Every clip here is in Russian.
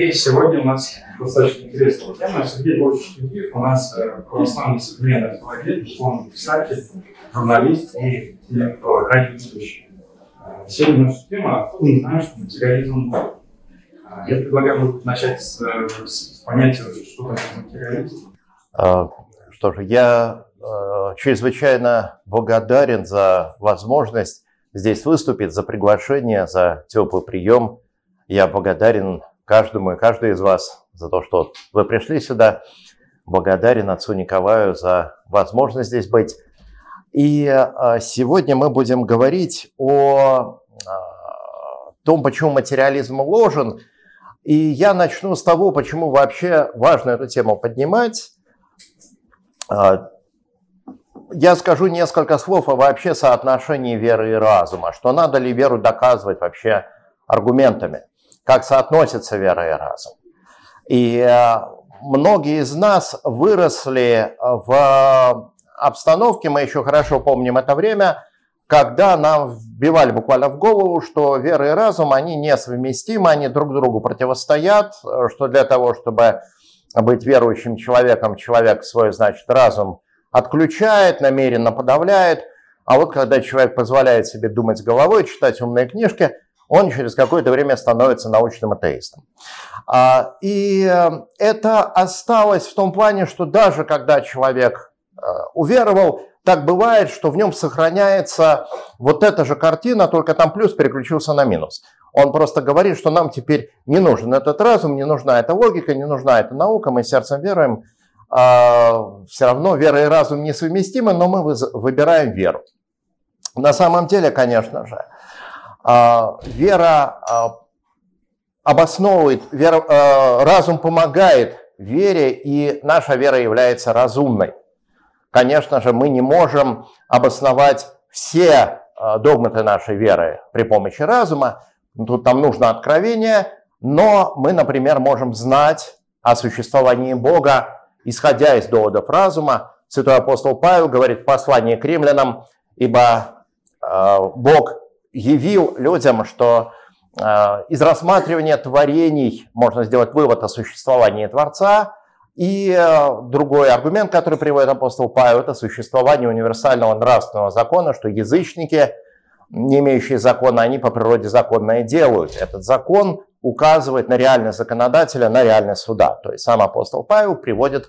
И сегодня у нас достаточно интересная тема. Сергей Львович у нас православный современный философ, дипломный писатель, журналист и радиоведущий. Сегодня наша тема «Откуда мы знаем, что материализм был?». Я предлагаю начать с понятия, что такое материализм. Что же, я чрезвычайно благодарен за возможность здесь выступить, за приглашение, за теплый прием. Я благодарен каждому и каждой из вас за то, что вы пришли сюда. Благодарен отцу Николаю за возможность здесь быть. И сегодня мы будем говорить о том, почему материализм ложен. И я начну с того, почему вообще важно эту тему поднимать. Я скажу несколько слов о вообще соотношении веры и разума. Что надо ли веру доказывать вообще аргументами? Как соотносится вера и разум? И многие из нас выросли в обстановке, мы еще хорошо помним это время, когда нам вбивали буквально в голову, что вера и разум, они несовместимы, они друг другу противостоят, что для того, чтобы быть верующим человеком, человек свой, значит, разум отключает, намеренно подавляет, а вот когда человек позволяет себе думать головой, читать умные книжки, он через какое-то время становится научным атеистом. И это осталось в том плане, что даже когда человек уверовал, так бывает, что в нем сохраняется вот эта же картина, только там плюс переключился на минус. Он просто говорит, что нам теперь не нужен этот разум, не нужна эта логика, не нужна эта наука, мы сердцем веруем. Все равно вера и разум несовместимы, но мы выбираем веру. На самом деле, конечно же, вера обосновывает, разум помогает вере, и наша вера является разумной. Конечно же, мы не можем обосновать все догматы нашей веры при помощи разума. Тут нам нужно откровение, но мы, например, можем знать о существовании Бога, исходя из доводов разума. Святой апостол Павел говорит в послании к римлянам: «Ибо Бог явил людям, что из рассматривания творений можно сделать вывод о существовании Творца». И другой аргумент, который приводит апостол Павел, это существование универсального нравственного закона, что язычники, не имеющие закона, они по природе законное делают. Этот закон указывает на реальность законодателя, на реальность суда. То есть сам апостол Павел приводит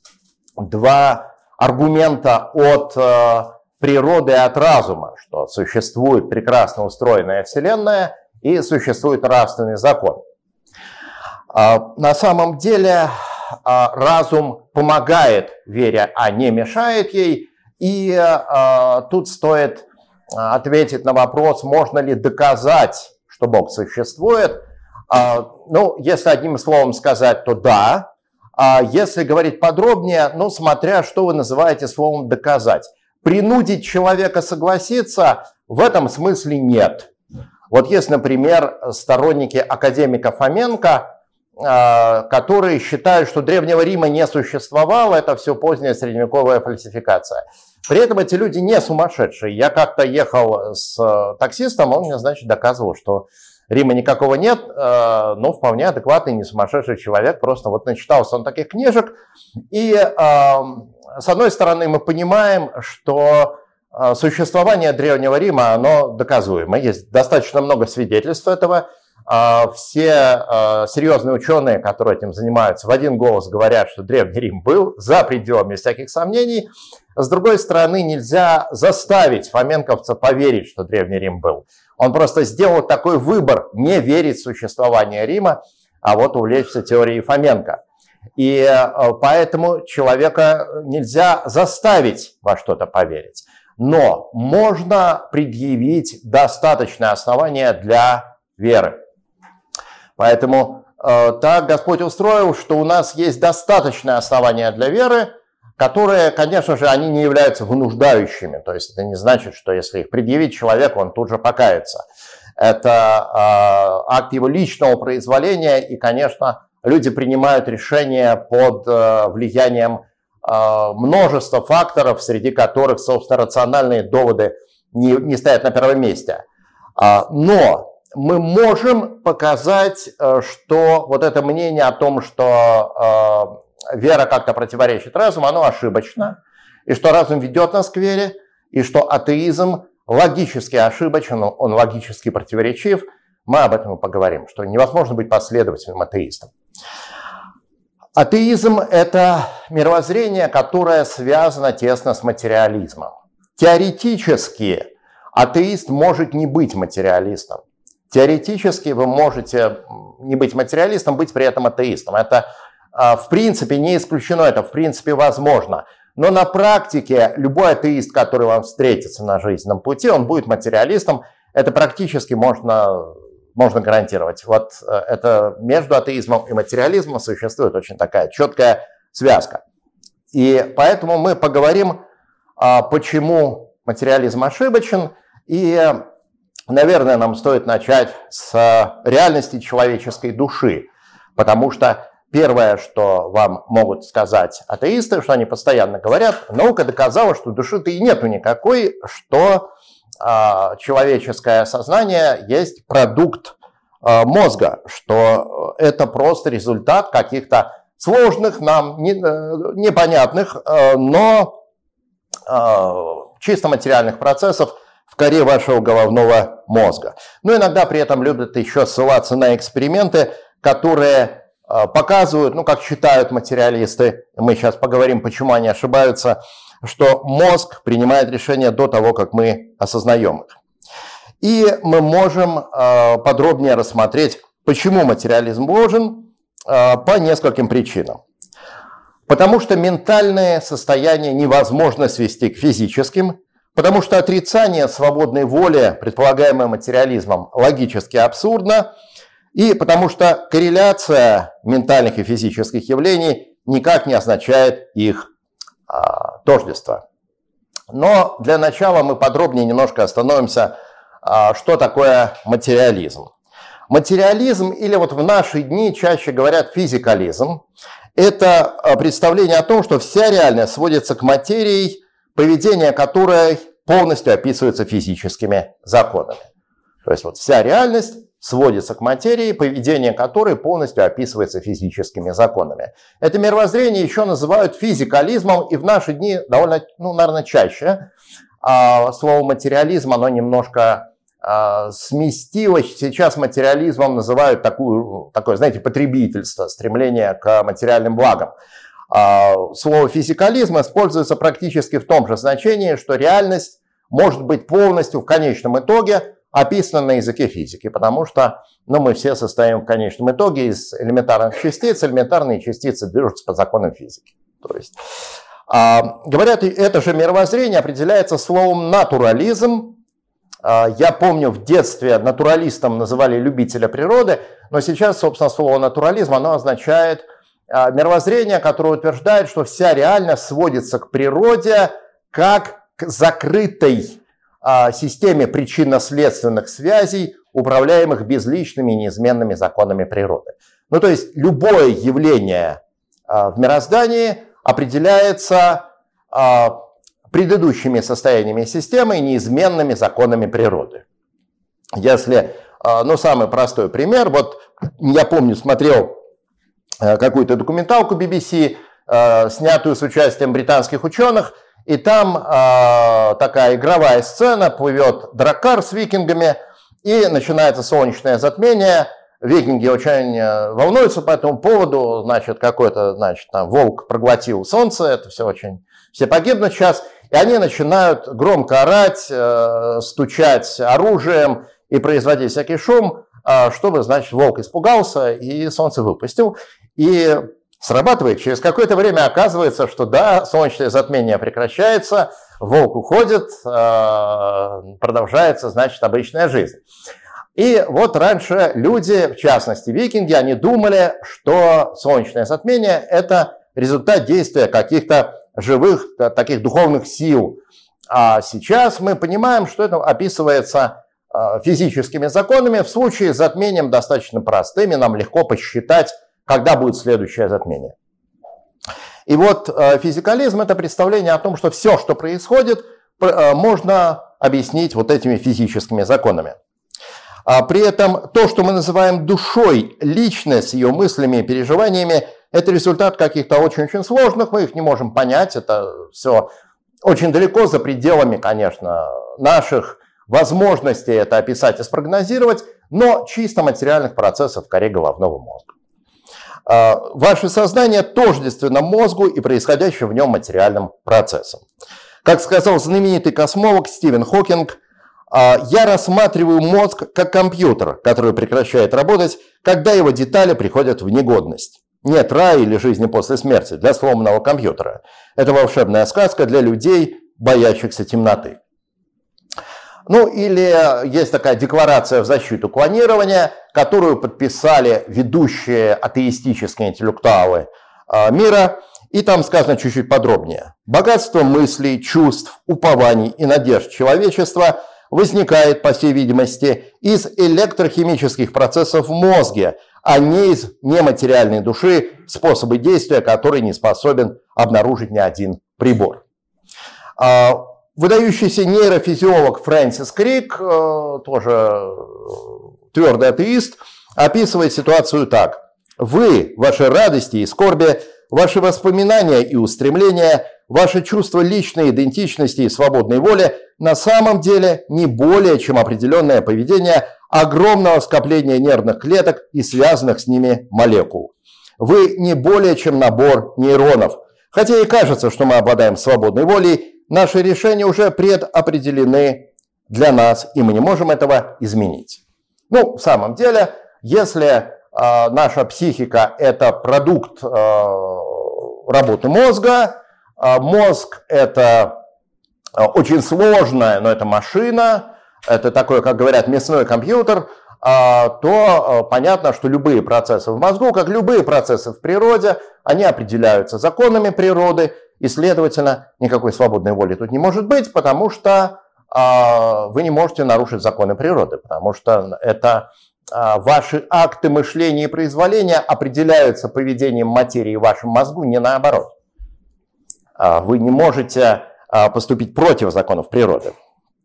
два аргумента от природы и от разума, что существует прекрасно устроенная Вселенная и существует нравственный закон. На самом деле разум помогает вере, а не мешает ей. И тут стоит ответить на вопрос, можно ли доказать, что Бог существует. Ну, если одним словом сказать, то да. А если говорить подробнее, ну, смотря что вы называете словом «доказать». Принудить человека согласиться в этом смысле нет. Вот есть, например, сторонники академика Фоменко, которые считают, что Древнего Рима не существовало, это все поздняя средневековая фальсификация. При этом эти люди не сумасшедшие. Я как-то ехал с таксистом, он мне, значит, доказывал, что Рима никакого нет, но вполне адекватный, не сумасшедший человек, просто вот начитался он таких книжек. И с одной стороны мы понимаем, что существование Древнего Рима, оно доказуемо. Есть достаточно много свидетельств этого. Все серьезные ученые, которые этим занимаются, в один голос говорят, что Древний Рим был за пределами всяких сомнений. С другой стороны, нельзя заставить фоменковца поверить, что Древний Рим был. Он просто сделал такой выбор не верить в существование Рима, а вот увлечься теорией Фоменко. И поэтому человека нельзя заставить во что-то поверить. Но можно предъявить достаточное основание для веры. Поэтому так Господь устроил, что у нас есть достаточное основание для веры, которые, конечно же, они не являются вынуждающими. То есть это не значит, что если их предъявить человеку, он тут же покается. Это акт его личного произволения, и, конечно, люди принимают решения под влиянием множества факторов, среди которых, собственно, рациональные доводы не стоят на первом месте. Но мы можем показать, что вот это мнение о том, что вера как-то противоречит разуму, оно ошибочно, и что разум ведет нас к вере, и что атеизм логически ошибочен, он логически противоречив. Мы об этом и поговорим, что невозможно быть последовательным атеистом. Атеизм – это мировоззрение, которое связано тесно с материализмом. Теоретически атеист может не быть материалистом. Теоретически вы можете не быть материалистом, быть при этом атеистом. Это в принципе не исключено, это в принципе возможно. Но на практике любой атеист, который вам встретится на жизненном пути, он будет материалистом. Это практически можно гарантировать. Вот это между атеизмом и материализмом существует очень такая четкая связка. И поэтому мы поговорим, почему материализм ошибочен. И, наверное, нам стоит начать с реальности человеческой души. Потому что первое, что вам могут сказать атеисты, что они постоянно говорят, наука доказала, что души-то и нету никакой, что человеческое сознание есть продукт мозга, что это просто результат каких-то сложных, нам непонятных, но чисто материальных процессов в коре вашего головного мозга. Но иногда при этом любят еще ссылаться на эксперименты, которые показывают, как считают материалисты, мы сейчас поговорим, почему они ошибаются, что мозг принимает решения до того, как мы осознаем их. И мы можем подробнее рассмотреть, почему материализм ложен, по нескольким причинам. Потому что ментальные состояния невозможно свести к физическим, потому что отрицание свободной воли, предполагаемое материализмом, логически абсурдно, и потому что корреляция ментальных и физических явлений никак не означает их тождество. Но для начала мы подробнее немножко остановимся, что такое материализм. Материализм, или вот в наши дни чаще говорят физикализм, это представление о том, что вся реальность сводится к материи, поведение которой полностью описывается физическими законами. То есть вот вся реальность сводится к материи, поведение которой полностью описывается физическими законами. Это мировоззрение еще называют физикализмом, и в наши дни довольно, наверное, чаще. Слово материализм, оно немножко сместилось. Сейчас материализмом называют такое, знаете, потребительство, стремление к материальным благам. Слово физикализм используется практически в том же значении, что реальность может быть полностью в конечном итоге описано на языке физики, потому что мы все состоим в конечном итоге из элементарных частиц. Элементарные частицы движутся по законам физики. То есть, говорят, это же мировоззрение определяется словом натурализм. Я помню, в детстве натуралистом называли любителя природы, но сейчас, собственно, слово натурализм, оно означает мировоззрение, которое утверждает, что вся реальность сводится к природе как к закрытой системе причинно-следственных связей, управляемых безличными и неизменными законами природы. То есть любое явление в мироздании определяется предыдущими состояниями системы и неизменными законами природы. Если, самый простой пример, вот я помню, смотрел какую-то документалку BBC, снятую с участием британских ученых, и там такая игровая сцена, плывет драккар с викингами, и начинается солнечное затмение. Викинги очень волнуются по этому поводу, значит, какой-то, там волк проглотил солнце, это все погибнут сейчас, и они начинают громко орать, стучать оружием и производить всякий шум, чтобы, значит, волк испугался и солнце выпустил. И срабатывает. Через какое-то время оказывается, что да, солнечное затмение прекращается, волк уходит, продолжается, значит, обычная жизнь. И вот раньше люди, в частности викинги, они думали, что солнечное затмение – это результат действия каких-то живых, таких духовных сил. А сейчас мы понимаем, что это описывается физическими законами. В случае с затмением достаточно простыми, нам легко посчитать, когда будет следующее затмение. И вот физикализм – это представление о том, что все, что происходит, можно объяснить вот этими физическими законами. При этом то, что мы называем душой, личность с ее мыслями и переживаниями, это результат каких-то очень-очень сложных, мы их не можем понять, это все очень далеко за пределами, конечно, наших возможностей это описать и спрогнозировать, но чисто материальных процессов в коре головного мозга. Ваше сознание тождественно мозгу и происходящим в нем материальным процессам. Как сказал знаменитый космолог Стивен Хокинг, я рассматриваю мозг как компьютер, который прекращает работать, когда его детали приходят в негодность. Нет рая или жизни после смерти для сломанного компьютера. Это волшебная сказка для людей, боящихся темноты. Ну или есть такая декларация в защиту клонирования, которую подписали ведущие атеистические интеллектуалы мира. И там сказано чуть-чуть подробнее. Богатство мыслей, чувств, упований и надежд человечества возникает, по всей видимости, из электрохимических процессов в мозге, а не из нематериальной души, способы действия которой не способен обнаружить ни один прибор. Выдающийся нейрофизиолог Фрэнсис Крик, тоже твердый атеист, описывает ситуацию так. Вы, ваши радости и скорби, ваши воспоминания и устремления, ваше чувство личной идентичности и свободной воли на самом деле не более чем определенное поведение огромного скопления нервных клеток и связанных с ними молекул. Вы не более чем набор нейронов. Хотя и кажется, что мы обладаем свободной волей, наши решения уже предопределены для нас, и мы не можем этого изменить. Ну, в самом деле, если наша психика – это продукт работы мозга, мозг – это очень сложная, но это машина, это такой, как говорят, мясной компьютер, то понятно, что любые процессы в мозгу, как любые процессы в природе, они определяются законами природы, и, следовательно, никакой свободной воли тут не может быть, потому что вы не можете нарушить законы природы, потому что это ваши акты мышления и произволения определяются поведением материи в вашем мозгу, не наоборот. Вы не можете поступить против законов природы.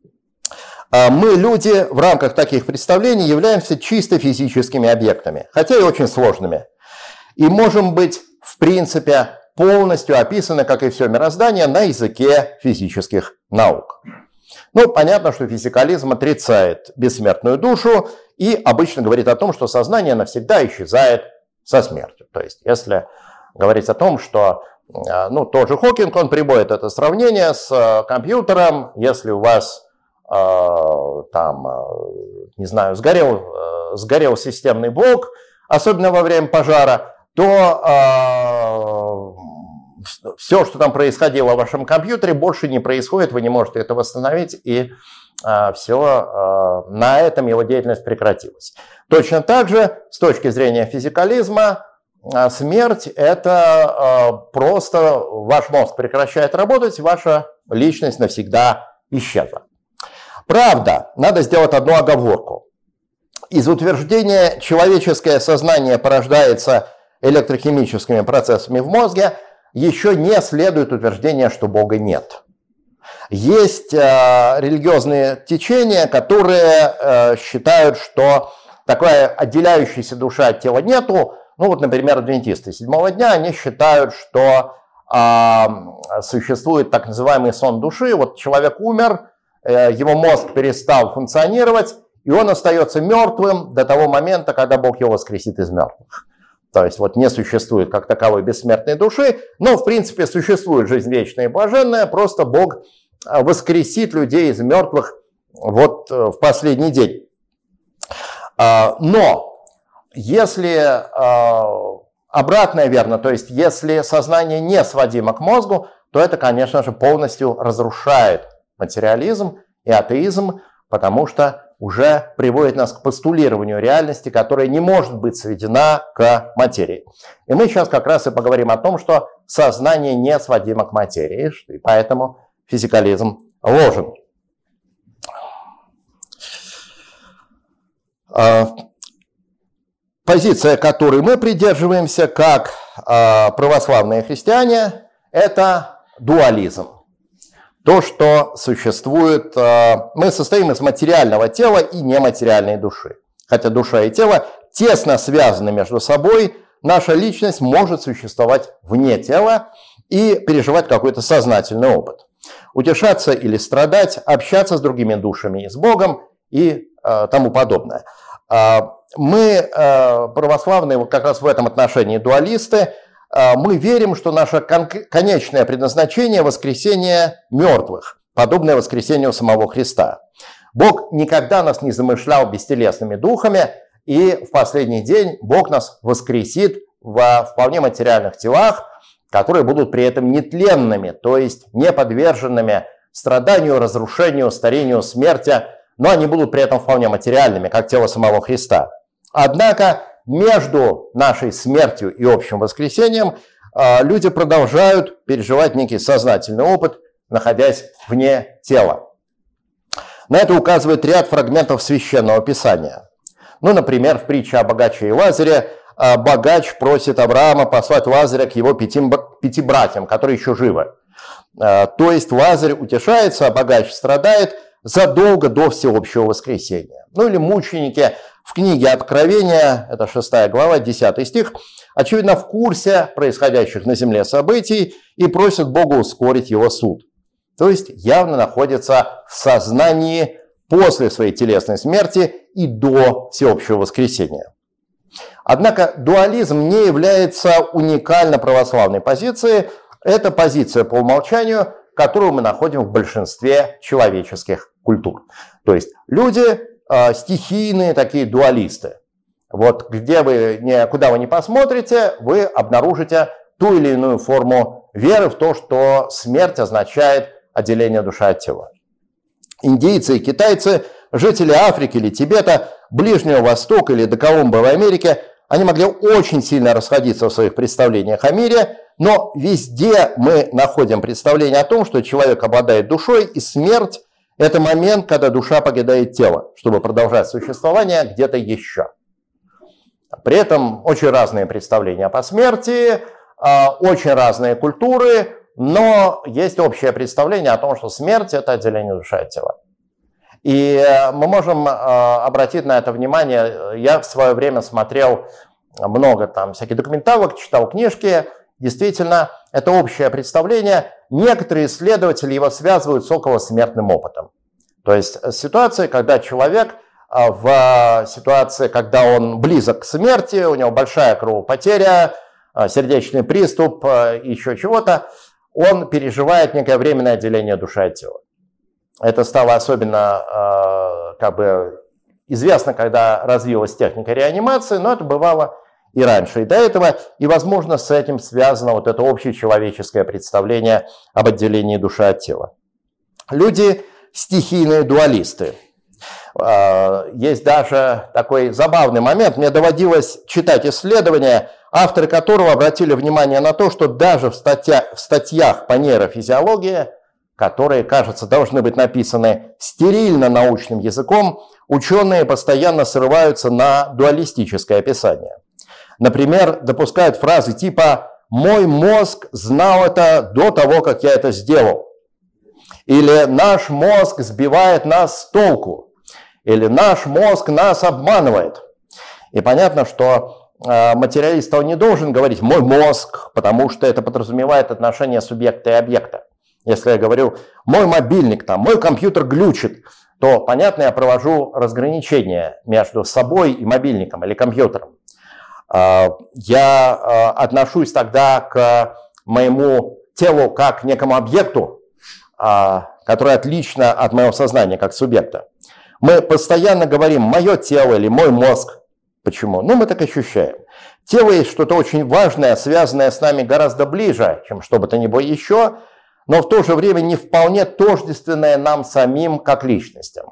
Мы, люди, в рамках таких представлений являемся чисто физическими объектами, хотя и очень сложными. И можем быть, в принципе, полностью описаны, как и все мироздание, на языке физических наук. Ну, понятно, что физикализм отрицает бессмертную душу и обычно говорит о том, что сознание навсегда исчезает со смертью. То есть, если говорить о том, что, тот же Хокинг, он приводит это сравнение с компьютером, если у вас сгорел системный блок, особенно во время пожара, то все, что там происходило в вашем компьютере, больше не происходит, вы не можете это восстановить, и все, на этом его деятельность прекратилась. Точно так же, с точки зрения физикализма, смерть – это просто ваш мозг прекращает работать, ваша личность навсегда исчезла. Правда, надо сделать одну оговорку. Из утверждения «человеческое сознание порождается электрохимическими процессами в мозге» еще не следует утверждение, что Бога нет. Есть религиозные течения, которые считают, что такая отделяющаяся душа от тела нету. Ну вот, например, адвентисты седьмого дня, они считают, что существует так называемый сон души. Вот человек умер, его мозг перестал функционировать, и он остается мертвым до того момента, когда Бог его воскресит из мертвых. То есть вот не существует как таковой бессмертной души, но в принципе существует жизнь вечная и блаженная, просто Бог воскресит людей из мертвых вот в последний день. Но если обратное верно, то есть если сознание не сводимо к мозгу, то это, конечно же, полностью разрушает материализм и атеизм, потому что уже приводит нас к постулированию реальности, которая не может быть сведена к материи. И мы сейчас как раз и поговорим о том, что сознание не сводимо к материи, и поэтому физикализм ложен. Позиция, которой мы придерживаемся как православные христиане, это дуализм. то, что существует, мы состоим из материального тела и нематериальной души. Хотя душа и тело тесно связаны между собой, наша личность может существовать вне тела и переживать какой-то сознательный опыт. Утешаться или страдать, общаться с другими душами и с Богом и тому подобное. Мы, православные, как раз в этом отношении дуалисты, мы верим, что наше конечное предназначение – воскресение мертвых, подобное воскресению самого Христа. Бог никогда нас не замышлял бестелесными духами, и в последний день Бог нас воскресит во вполне материальных телах, которые будут при этом нетленными, то есть не подверженными страданию, разрушению, старению, смерти, но они будут при этом вполне материальными, как тело самого Христа. Однако между нашей смертью и общим воскресением люди продолжают переживать некий сознательный опыт, находясь вне тела. На это указывает ряд фрагментов Священного Писания. Ну, например, в притче о богаче и Лазаре богач просит Авраама послать Лазаря к его пяти братьям, которые еще живы. То есть Лазарь утешается, а богач страдает задолго до всеобщего воскресения. Ну или мученики в книге Откровения, это 6 глава, 10 стих, очевидно в курсе происходящих на земле событий и просят Бога ускорить его суд. То есть явно находится в сознании после своей телесной смерти и до всеобщего воскресения. Однако дуализм не является уникально православной позицией. Это позиция по умолчанию, которую мы находим в большинстве человеческих культур. То есть люди стихийные такие дуалисты. Вот куда вы не посмотрите, вы обнаружите ту или иную форму веры в то, что смерть означает отделение души от тела. Индийцы и китайцы, жители Африки или Тибета, Ближнего Востока или до Колумба в Америке, они могли очень сильно расходиться в своих представлениях о мире, но везде мы находим представление о том, что человек обладает душой, и смерть – это момент, когда душа покидает тело, чтобы продолжать существование где-то еще. При этом очень разные представления по смерти, очень разные культуры, но есть общее представление о том, что смерть – это отделение души от тела. И мы можем обратить на это внимание. Я в свое время смотрел много там всяких документалок, читал книжки. Действительно, это общее представление. Некоторые исследователи его связывают с околосмертным опытом. То есть ситуация, когда человек в ситуации, когда он близок к смерти, у него большая кровопотеря, сердечный приступ, еще чего-то, он переживает некое временное отделение души от тела. Это стало особенно известно, когда развилась техника реанимации, но это бывало и раньше, и до этого. И, возможно, с этим связано вот это общечеловеческое представление об отделении души от тела. Люди стихийные дуалисты. Есть даже такой забавный момент. Мне доводилось читать исследования, авторы которого обратили внимание на то, что даже в статьях по нейрофизиологии, которые, кажется, должны быть написаны стерильно-научным языком, ученые постоянно срываются на дуалистическое описание. Например, допускают фразы типа «мой мозг знал это до того, как я это сделал», или «наш мозг сбивает нас с толку», или «наш мозг нас обманывает». И понятно, что материалист не должен говорить «мой мозг», потому что это подразумевает отношение субъекта и объекта. Если я говорю «мой мобильник», там, «мой компьютер глючит», то, понятно, я провожу разграничение между собой и мобильником или компьютером. Я отношусь тогда к моему телу как к некому объекту, который отлично от моего сознания, как субъекта. Мы постоянно говорим «мое тело» или «мой мозг». Почему? Ну, мы так ощущаем. Тело есть что-то очень важное, связанное с нами гораздо ближе, чем что бы то ни было еще, но в то же время не вполне тождественное нам самим как личностям.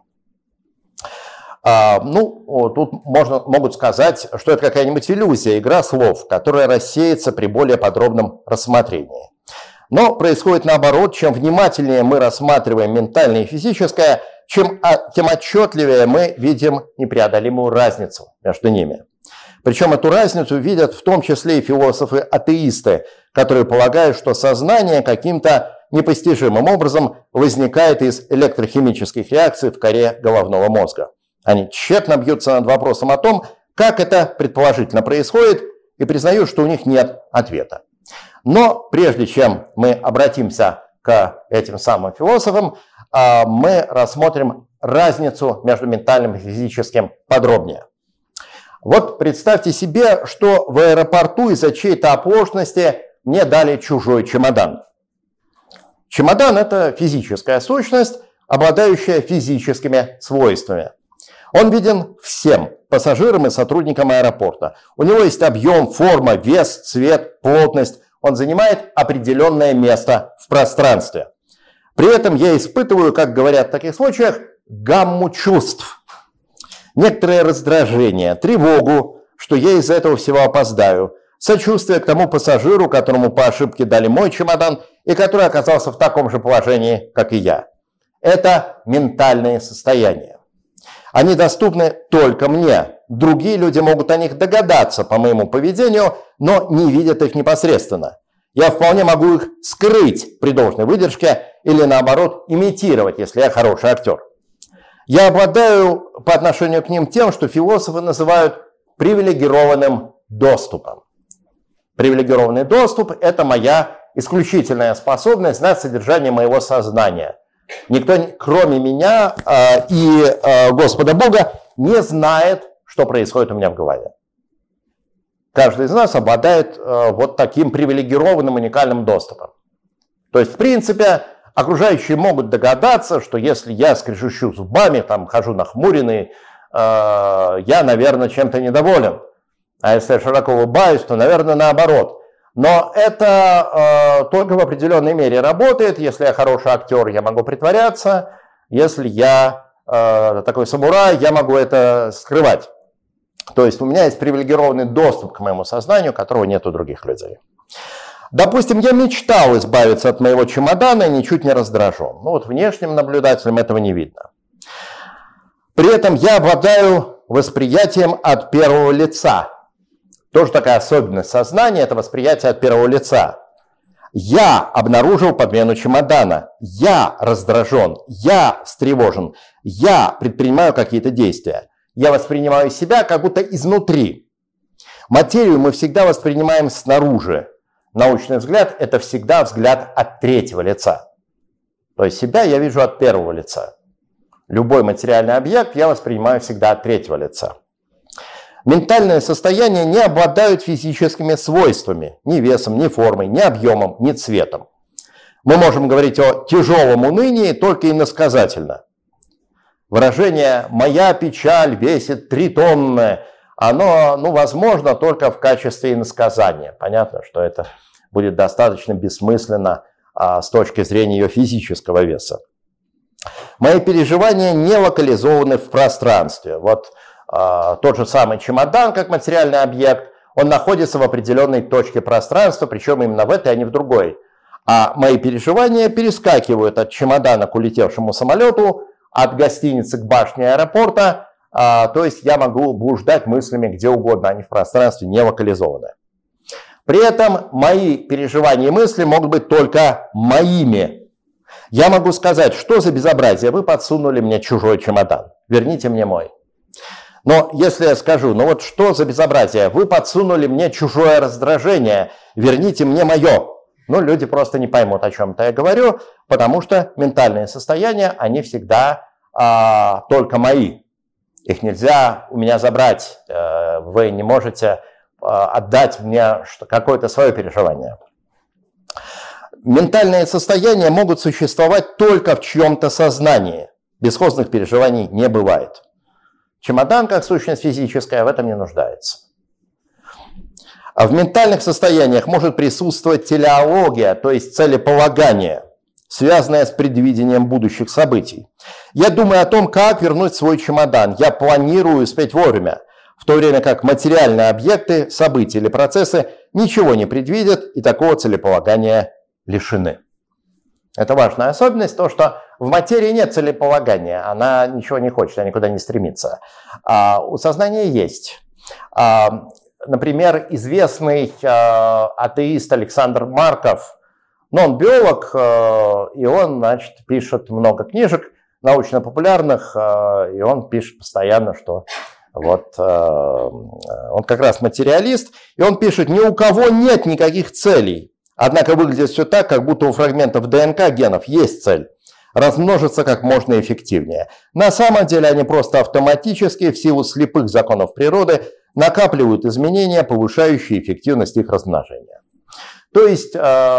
Тут могут сказать, что это какая-нибудь иллюзия, игра слов, которая рассеется при более подробном рассмотрении. Но происходит наоборот, чем внимательнее мы рассматриваем ментальное и физическое, тем отчетливее мы видим непреодолимую разницу между ними. Причем эту разницу видят в том числе и философы-атеисты, которые полагают, что сознание каким-то непостижимым образом возникает из электрохимических реакций в коре головного мозга. Они тщетно бьются над вопросом о том, как это предположительно происходит, и признают, что у них нет ответа. Но прежде чем мы обратимся к этим самым философам, мы рассмотрим разницу между ментальным и физическим подробнее. Вот представьте себе, что в аэропорту из-за чьей-то оплошности мне дали чужой чемодан. Чемодан – это физическая сущность, обладающая физическими свойствами. Он виден всем пассажирам и сотрудникам аэропорта. У него есть объем, форма, вес, цвет, плотность. Он занимает определенное место в пространстве. При этом я испытываю, как говорят в таких случаях, гамму чувств. Некоторое раздражение, тревогу, что я из-за этого всего опоздаю, сочувствие к тому пассажиру, которому по ошибке дали мой чемодан и который оказался в таком же положении, как и я. Это ментальные состояния. Они доступны только мне. Другие люди могут о них догадаться по моему поведению, но не видят их непосредственно. Я вполне могу их скрыть при должной выдержке или, наоборот, имитировать, если я хороший актер. Я обладаю по отношению к ним тем, что философы называют привилегированным доступом. Привилегированный доступ – это моя исключительная способность знать содержание моего сознания. Никто, кроме меня и Господа Бога, не знает, что происходит у меня в голове. Каждый из нас обладает вот таким привилегированным уникальным доступом. То есть, в принципе, окружающие могут догадаться, что если я скрежещу зубами, там, хожу нахмуренный, я, наверное, чем-то недоволен. А если я широко улыбаюсь, то, наверное, наоборот. Но это только в определенной мере работает. Если я хороший актер, я могу притворяться. Если я такой самурай, я могу это скрывать. То есть у меня есть привилегированный доступ к моему сознанию, которого нет у других людей. Допустим, я мечтал избавиться от моего чемодана и ничуть не раздражен. Ну вот внешним наблюдателям этого не видно. При этом я обладаю восприятием от первого лица. Тоже такая особенность сознания – это восприятие от первого лица. Я обнаружил подмену чемодана, я раздражен, я встревожен, я предпринимаю какие-то действия. Я воспринимаю себя как будто изнутри. Материю мы всегда воспринимаем снаружи. Научный взгляд – это всегда взгляд от третьего лица. То есть себя я вижу от первого лица. Любой материальный объект я воспринимаю всегда от третьего лица. Ментальные состояния не обладают физическими свойствами, ни весом, ни формой, ни объемом, ни цветом. Мы можем говорить о тяжелом унынии только иносказательно. Выражение «моя печаль весит 3 тонны», оно, возможно, только в качестве иносказания. Понятно, что это будет достаточно бессмысленно с точки зрения ее физического веса. Мои переживания не локализованы в пространстве. Вот тот же самый чемодан, как материальный объект, он находится в определенной точке пространства, причем именно в этой, а не в другой. А мои переживания перескакивают от чемодана к улетевшему самолету, от гостиницы к башне аэропорта, то есть я могу блуждать мыслями где угодно, они в пространстве не локализованы. При этом мои переживания и мысли могут быть только моими. Я могу сказать, что за безобразие, вы подсунули мне чужой чемодан, верните мне мой. Но если я скажу, вот что за безобразие, вы подсунули мне чужое раздражение, верните мне мое. Люди просто не поймут, о чем-то я говорю, потому что ментальные состояния, они всегда только мои. Их нельзя у меня забрать, вы не можете отдать мне какое-то свое переживание. Ментальные состояния могут существовать только в чьем-то сознании. Бесхозных переживаний не бывает. Чемодан, как сущность физическая, в этом не нуждается. А в ментальных состояниях может присутствовать телеология, то есть целеполагание, связанное с предвидением будущих событий. Я думаю о том, как вернуть свой чемодан. Я планирую успеть вовремя, в то время как материальные объекты, события или процессы ничего не предвидят и такого целеполагания лишены. Это важная особенность, то, что в материи нет целеполагания, она ничего не хочет, она никуда не стремится. А у сознания есть. Например, известный атеист Александр Марков, Но он биолог, и он, значит, пишет много книжек научно-популярных, и он пишет постоянно, что вот он как раз материалист, и он пишет: ни у кого нет никаких целей, однако выглядит все так, как будто у фрагментов ДНК генов есть цель – размножиться как можно эффективнее. На самом деле они просто автоматически, в силу слепых законов природы, накапливают изменения, повышающие эффективность их размножения. То есть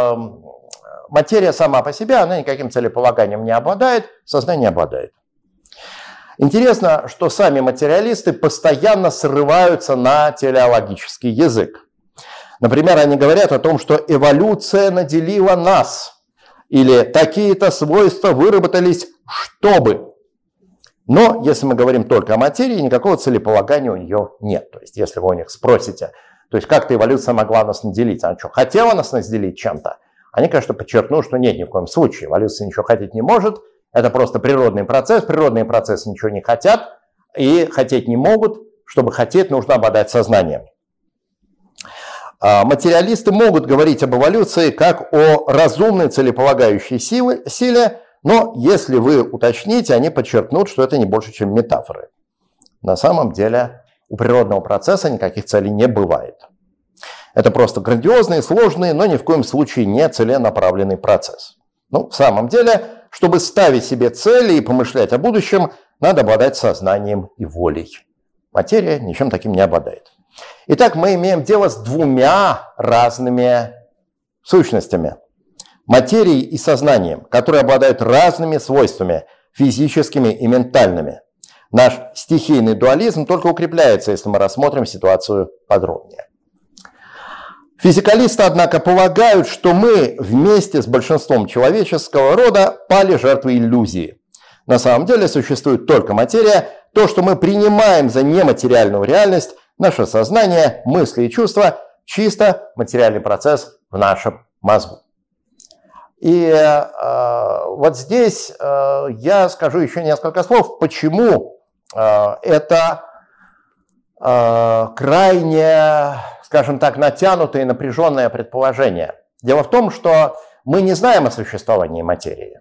материя сама по себе, она никаким целеполаганием не обладает, сознание обладает. Интересно, что сами материалисты постоянно срываются на телеологический язык. Например, они говорят о том, что эволюция наделила нас, или такие-то свойства выработались, чтобы. Но если мы говорим только о материи, никакого целеполагания у нее нет. То есть если вы у них спросите, то есть как-то эволюция могла нас наделить, она что, хотела нас наделить чем-то? Они, конечно, подчеркнут, что нет, ни в коем случае. Эволюция ничего хотеть не может, это просто природный процесс. Природные процессы ничего не хотят и хотеть не могут. Чтобы хотеть, нужно обладать сознанием. Материалисты могут говорить об эволюции как о разумной целеполагающей силе, но если вы уточните, они подчеркнут, что это не больше, чем метафоры. На самом деле у природного процесса никаких целей не бывает. Это просто грандиозный, сложный, но ни в коем случае не целенаправленный процесс. Ну, в самом деле, чтобы ставить себе цели и помышлять о будущем, надо обладать сознанием и волей. Материя ничем таким не обладает. Итак, мы имеем дело с двумя разными сущностями. Материей и сознанием, которые обладают разными свойствами, физическими и ментальными. Наш стихийный дуализм только укрепляется, если мы рассмотрим ситуацию подробнее. Физикалисты, однако, полагают, что мы вместе с большинством человеческого рода пали жертвой иллюзии. На самом деле существует только материя, то, что мы принимаем за нематериальную реальность, наше сознание, мысли и чувства, чисто материальный процесс в нашем мозгу. И вот здесь я скажу еще несколько слов, почему это крайне, скажем так, натянутое и напряженное предположение. Дело в том, что мы не знаем о существовании материи.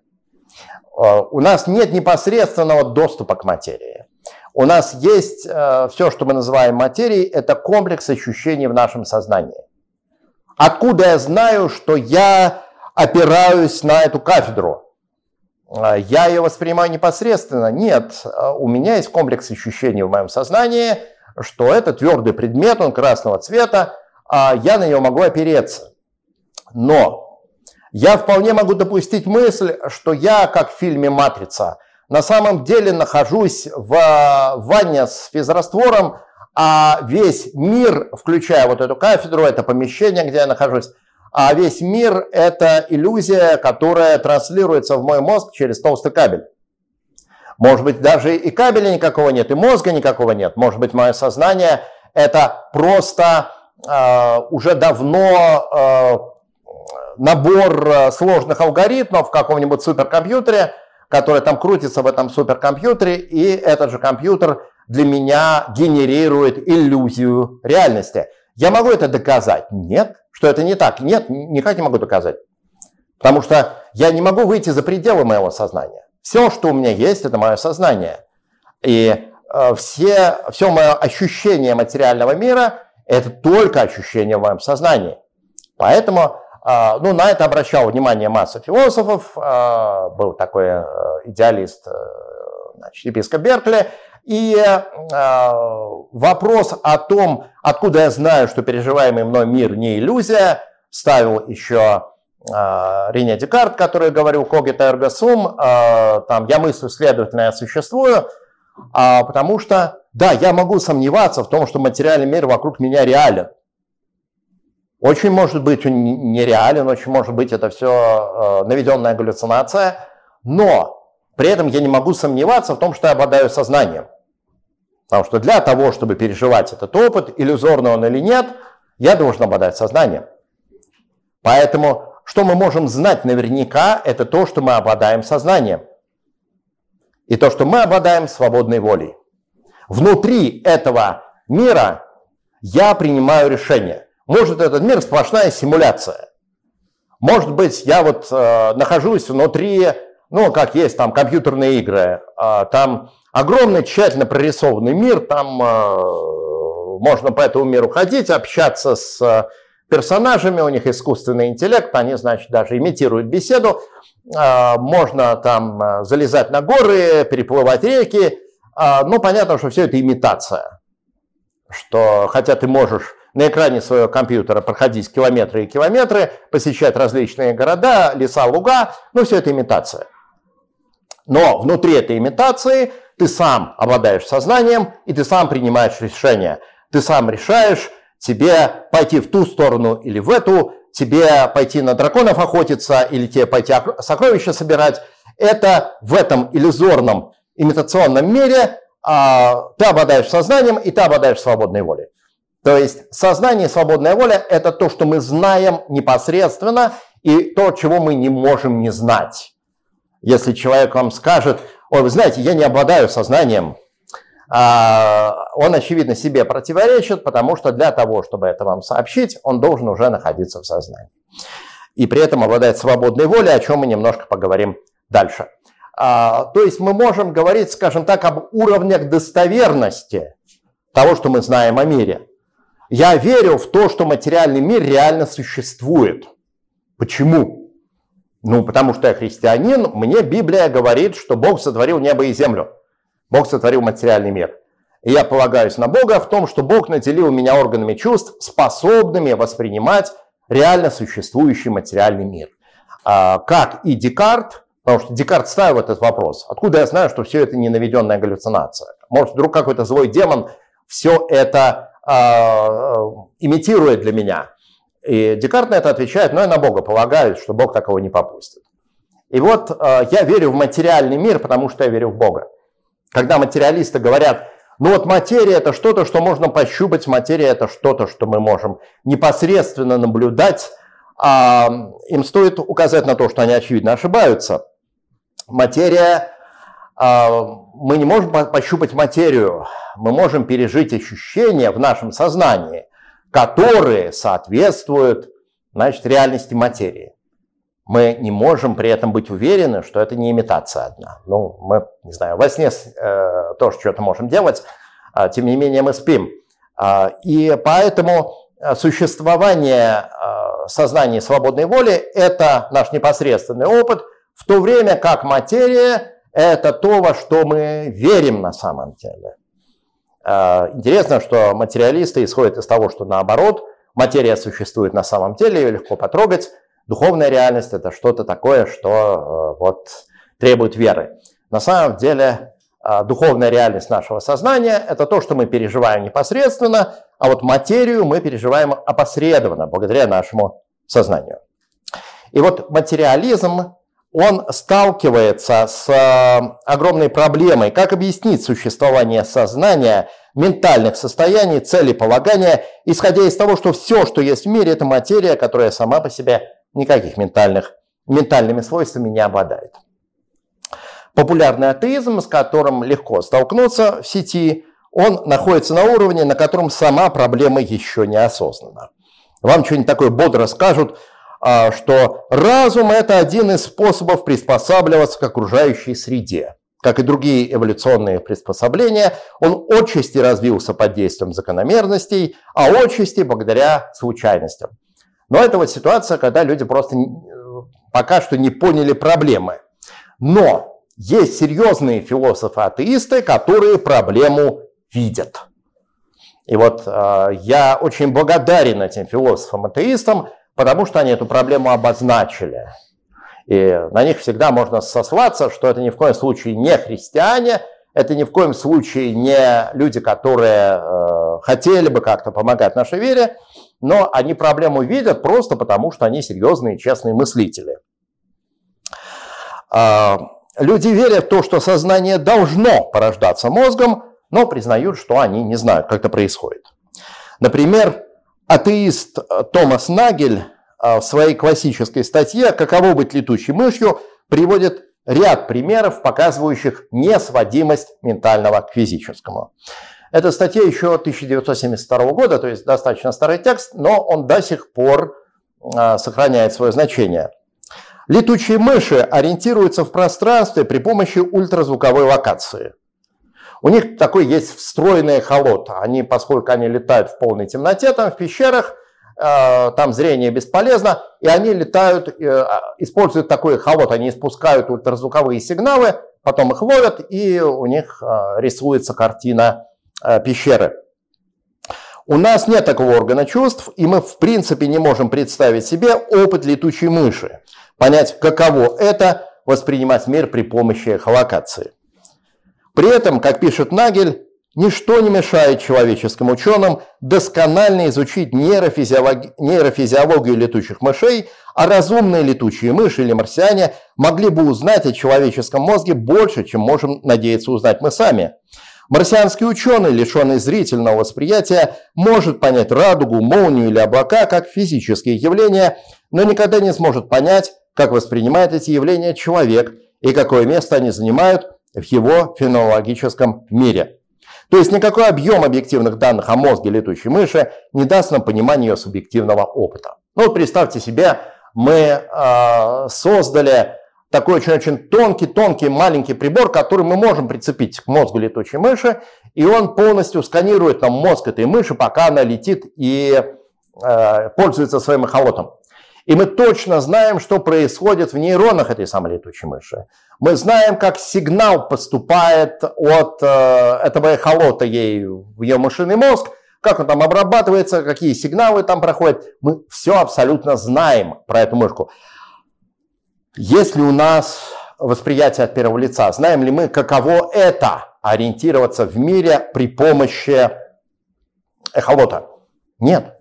У нас нет непосредственного доступа к материи. У нас есть все, что мы называем материей, это комплекс ощущений в нашем сознании. Откуда я знаю, что я опираюсь на эту кафедру? Я ее воспринимаю непосредственно? Нет. У меня есть комплекс ощущений в моем сознании, что это твердый предмет, он красного цвета, а я на него могу опереться. Но я вполне могу допустить мысль, что я, как в фильме «Матрица», на самом деле нахожусь в ванне с физраствором, а весь мир, включая вот эту кафедру, это помещение, где я нахожусь, а весь мир – это иллюзия, которая транслируется в мой мозг через толстый кабель. Может быть, даже и кабеля никакого нет, и мозга никакого нет. Может быть, мое сознание – это просто уже давно набор сложных алгоритмов в каком-нибудь суперкомпьютере, который там крутится в этом суперкомпьютере, и этот же компьютер для меня генерирует иллюзию реальности. Я могу это доказать? Нет. Что это не так? Нет, никак не могу доказать. Потому что я не могу выйти за пределы моего сознания. Все, что у меня есть, это мое сознание. И все мое ощущение материального мира – это только ощущение в моем сознании. Поэтому на это обращал внимание масса философов. Был такой идеалист, епископ Беркли. И вопрос о том, откуда я знаю, что переживаемый мной мир не иллюзия, ставил еще Рене Декарт, который говорил «Cogito ergo sum», там «я мыслю, следовательно, я существую», потому что, да, я могу сомневаться в том, что материальный мир вокруг меня реален. Очень может быть он нереален, очень может быть это все наведенная галлюцинация, но при этом я не могу сомневаться в том, что я обладаю сознанием. Потому что для того, чтобы переживать этот опыт, иллюзорный он или нет, я должен обладать сознанием. Поэтому, что мы можем знать наверняка, это то, что мы обладаем сознанием. И то, что мы обладаем свободной волей. Внутри этого мира я принимаю решение. Может, этот мир сплошная симуляция. Может быть, я вот нахожусь внутри, ну, как есть там компьютерные игры, там огромный тщательно прорисованный мир, там можно по этому миру ходить, общаться с персонажами, у них искусственный интеллект, они, значит, даже имитируют беседу, можно там залезать на горы, переплывать реки, ну, понятно, что все это имитация, что хотя ты можешь на экране своего компьютера проходить километры и километры, посещать различные города, леса, луга, ну, все это имитация. Но внутри этой имитации ты сам обладаешь сознанием, и ты сам принимаешь решения. Ты сам решаешь, тебе пойти в ту сторону или в эту, тебе пойти на драконов охотиться или тебе пойти сокровища собирать. Это в этом иллюзорном имитационном мире ты обладаешь сознанием, и ты обладаешь свободной волей. То есть сознание и свободная воля – это то, что мы знаем непосредственно, и то, чего мы не можем не знать. Если человек вам скажет: ой, вы знаете, я не обладаю сознанием, он, очевидно, себе противоречит, потому что для того, чтобы это вам сообщить, он должен уже находиться в сознании. И при этом обладает свободной волей, о чем мы немножко поговорим дальше. То есть мы можем говорить, скажем так, об уровнях достоверности того, что мы знаем о мире. Я верю в то, что материальный мир реально существует. Почему? Ну, потому что я христианин, мне Библия говорит, что Бог сотворил небо и землю. Бог сотворил материальный мир. И я полагаюсь на Бога в том, что Бог наделил меня органами чувств, способными воспринимать реально существующий материальный мир. Как и Декарт, потому что Декарт ставил этот вопрос. Откуда я знаю, что все это не наведенная галлюцинация? Может, вдруг какой-то злой демон все это имитирует для меня? И Декарт на это отвечает: но я на Бога полагаюсь, что Бог такого не попустит. И вот я верю в материальный мир, потому что я верю в Бога. Когда материалисты говорят: ну вот материя – это что-то, что можно пощупать, материя – это что-то, что мы можем непосредственно наблюдать, им стоит указать на то, что они, очевидно, ошибаются. Материя, мы не можем пощупать материю, мы можем пережить ощущения в нашем сознании, которые соответствуют, значит, реальности материи. Мы не можем при этом быть уверены, что это не имитация одна. Ну, мы, не знаю, во сне тоже что-то можем делать, тем не менее мы спим. И поэтому существование сознания и свободной воли – это наш непосредственный опыт, в то время как материя – это то, во что мы верим на самом деле. Интересно, что материалисты исходят из того, что наоборот, материя существует на самом деле, ее легко потрогать. Духовная реальность – это что-то такое, что вот требует веры. На самом деле духовная реальность нашего сознания – это то, что мы переживаем непосредственно, а вот материю мы переживаем опосредованно, благодаря нашему сознанию. И вот материализм, он сталкивается с огромной проблемой, как объяснить существование сознания, ментальных состояний, целеполагания, исходя из того, что все, что есть в мире, это материя, которая сама по себе никаких ментальными свойствами не обладает. Популярный атеизм, с которым легко столкнуться в сети, он находится на уровне, на котором сама проблема еще не осознана. Вам что-нибудь такое бодро скажут, что разум – это один из способов приспосабливаться к окружающей среде. Как и другие эволюционные приспособления, он отчасти развился под действием закономерностей, а отчасти благодаря случайностям. Но это вот ситуация, когда люди просто пока что не поняли проблемы. Но есть серьезные философы-атеисты, которые проблему видят. И вот я очень благодарен этим философам-атеистам, потому что они эту проблему обозначили. И на них всегда можно сослаться, что это ни в коем случае не христиане, это ни в коем случае не люди, которые хотели бы как-то помогать нашей вере, но они проблему видят просто потому, что они серьезные, честные мыслители. Люди верят в то, что сознание должно порождаться мозгом, но признают, что они не знают, как это происходит. Например, атеист Томас Нагель в своей классической статье «Каково быть летучей мышью» приводит ряд примеров, показывающих несводимость ментального к физическому. Эта статья еще 1972 года, то есть достаточно старый текст, но он до сих пор сохраняет свое значение. Летучие мыши ориентируются в пространстве при помощи ультразвуковой локации. У них такой есть встроенный эхолот. Поскольку они летают в полной темноте, там в пещерах, там зрение бесполезно, и они летают, используют такой эхолот. Они испускают ультразвуковые сигналы, потом их ловят, и у них рисуется картина пещеры. У нас нет такого органа чувств, и мы в принципе не можем представить себе опыт летучей мыши, понять, каково это воспринимать мир при помощи эхолокации. При этом, как пишет Нагель, ничто не мешает человеческим ученым досконально изучить нейрофизиологию летучих мышей, а разумные летучие мыши или марсиане могли бы узнать о человеческом мозге больше, чем можем надеяться узнать мы сами. Марсианский ученый, лишенный зрительного восприятия, может понять радугу, молнию или облака как физические явления, но никогда не сможет понять, как воспринимает эти явления человек и какое место они занимают в его феноменологическом мире. То есть никакой объем объективных данных о мозге летучей мыши не даст нам понимания ее субъективного опыта. Ну вот представьте себе, мы создали такой очень тонкий маленький прибор, который мы можем прицепить к мозгу летучей мыши, и он полностью сканирует нам мозг этой мыши, пока она летит и пользуется своим эхолотом. И мы точно знаем, что происходит в нейронах этой самой летучей мыши. Мы знаем, как сигнал поступает от этого эхолота ей в ее мышиный мозг, как он там обрабатывается, какие сигналы там проходят. Мы все абсолютно знаем про эту мышку. Есть ли у нас восприятие от первого лица? Знаем ли мы, каково это ориентироваться в мире при помощи эхолота? Нет.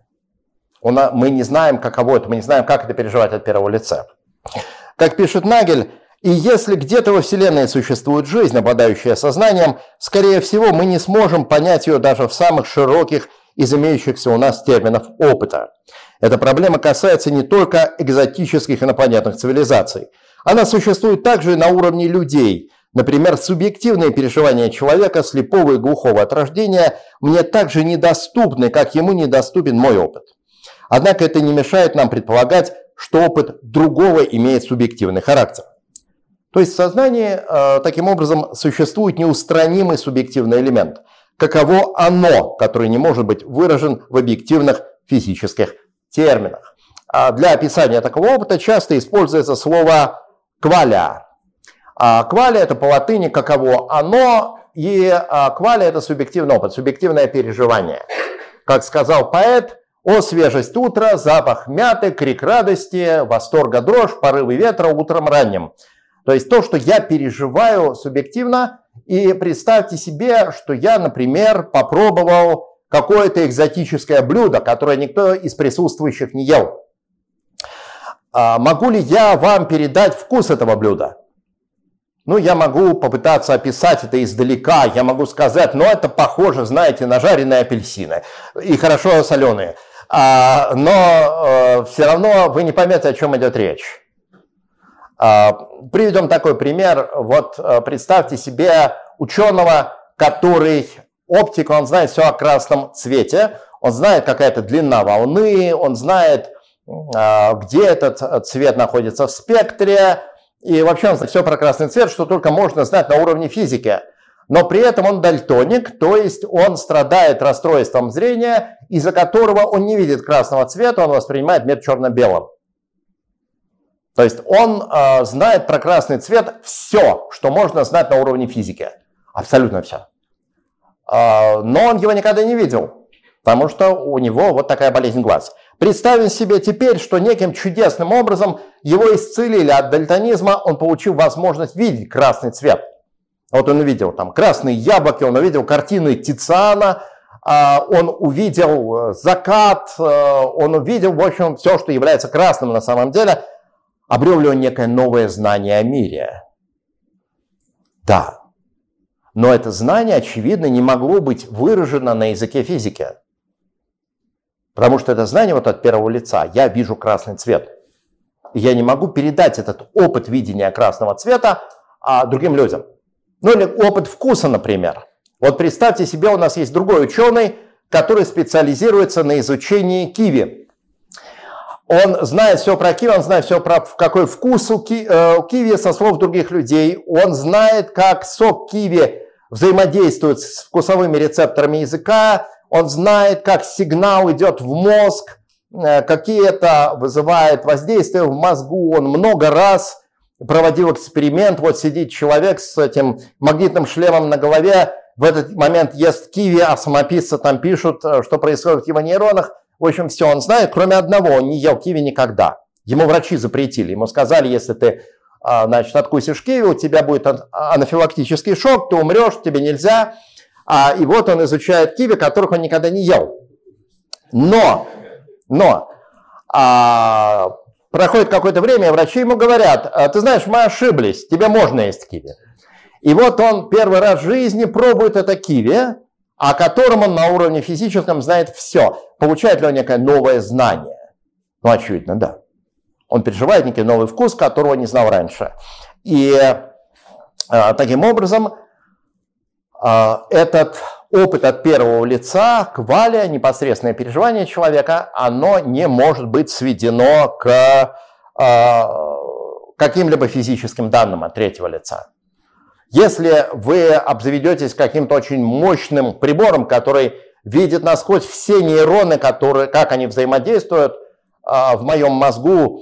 Мы не знаем, каково это, мы не знаем, как это переживать от первого лица. Как пишет Нагель, и если где-то во Вселенной существует жизнь, обладающая сознанием, скорее всего, мы не сможем понять ее даже в самых широких из имеющихся у нас терминов опыта. Эта проблема касается не только экзотических инопланетных цивилизаций. Она существует также и на уровне людей. Например, субъективные переживания человека, слепого и глухого от рождения, мне также недоступны, как ему недоступен мой опыт. Однако это не мешает нам предполагать, что опыт другого имеет субъективный характер. То есть в сознании таким образом существует неустранимый субъективный элемент. Каково оно, который не может быть выражен в объективных физических терминах. Для описания такого опыта часто используется слово «кваля». «Кваля» — это по латыни «каково оно», и «кваля» — это субъективный опыт, субъективное переживание. Как сказал поэт, «О, свежесть утра, запах мяты, крик радости, восторга дрожь, порывы ветра утром ранним». То есть то, что я переживаю субъективно, и представьте себе, что я, например, попробовал какое-то экзотическое блюдо, которое никто из присутствующих не ел. Могу ли я вам передать вкус этого блюда? Ну, я могу попытаться описать это издалека, я могу сказать, это похоже, знаете, на жареные апельсины, и хорошо соленые. Но все равно вы не поймете, о чем идет речь. Приведем такой пример. Вот представьте себе ученого, который оптик, он знает все о красном цвете, он знает, какая то длина волны, он знает, где этот цвет находится в спектре, и вообще он знает все про красный цвет, что только можно знать на уровне физики. Но при этом он дальтоник, то есть он страдает расстройством зрения, из-за которого он не видит красного цвета, он воспринимает мир черно-белым. То есть он знает про красный цвет все, что можно знать на уровне физики. Абсолютно все. Но он его никогда не видел, потому что у него вот такая болезнь глаз. Представим себе теперь, что неким чудесным образом его исцелили от дальтонизма, он получил возможность видеть красный цвет. Вот он увидел там красные яблоки, он увидел картины Тициана, он увидел закат, он увидел, в общем, все, что является красным на самом деле. Обрел ли он некое новое знание о мире? Да. Но это знание, очевидно, не могло быть выражено на языке физики. Потому что это знание вот от первого лица. Я вижу красный цвет. И я не могу передать этот опыт видения красного цвета другим людям. Ну или опыт вкуса, например. Вот представьте себе, у нас есть другой ученый, который специализируется на изучении киви. Он знает все про киви, он знает все про какой вкус у киви со слов других людей. Он знает, как сок киви взаимодействует с вкусовыми рецепторами языка. Он знает, как сигнал идет в мозг, какие это вызывает воздействие в мозгу. Он много раз проводил эксперимент. Вот сидит человек с этим магнитным шлемом на голове, в этот момент ест киви, а самописцы там пишут, что происходит в его нейронах. В общем, все он знает, кроме одного, он не ел киви никогда. Ему врачи запретили, ему сказали, если ты, значит, откусишь киви, у тебя будет анафилактический шок, ты умрешь, тебе нельзя. И вот он изучает киви, которых он никогда не ел. Но проходит какое-то время, и врачи ему говорят, ты знаешь, мы ошиблись, тебе можно есть киви. И вот он первый раз в жизни пробует это киви, о котором он на уровне физическом знает все. Получает ли он некое новое знание? Ну, очевидно, да. Он переживает некий новый вкус, которого не знал раньше. И таким образом этот опыт от первого лица, кваля, непосредственное переживание человека, оно не может быть сведено к каким-либо физическим данным от третьего лица. Если вы обзаведетесь каким-то очень мощным прибором, который видит насквозь все нейроны, как они взаимодействуют в моем мозгу,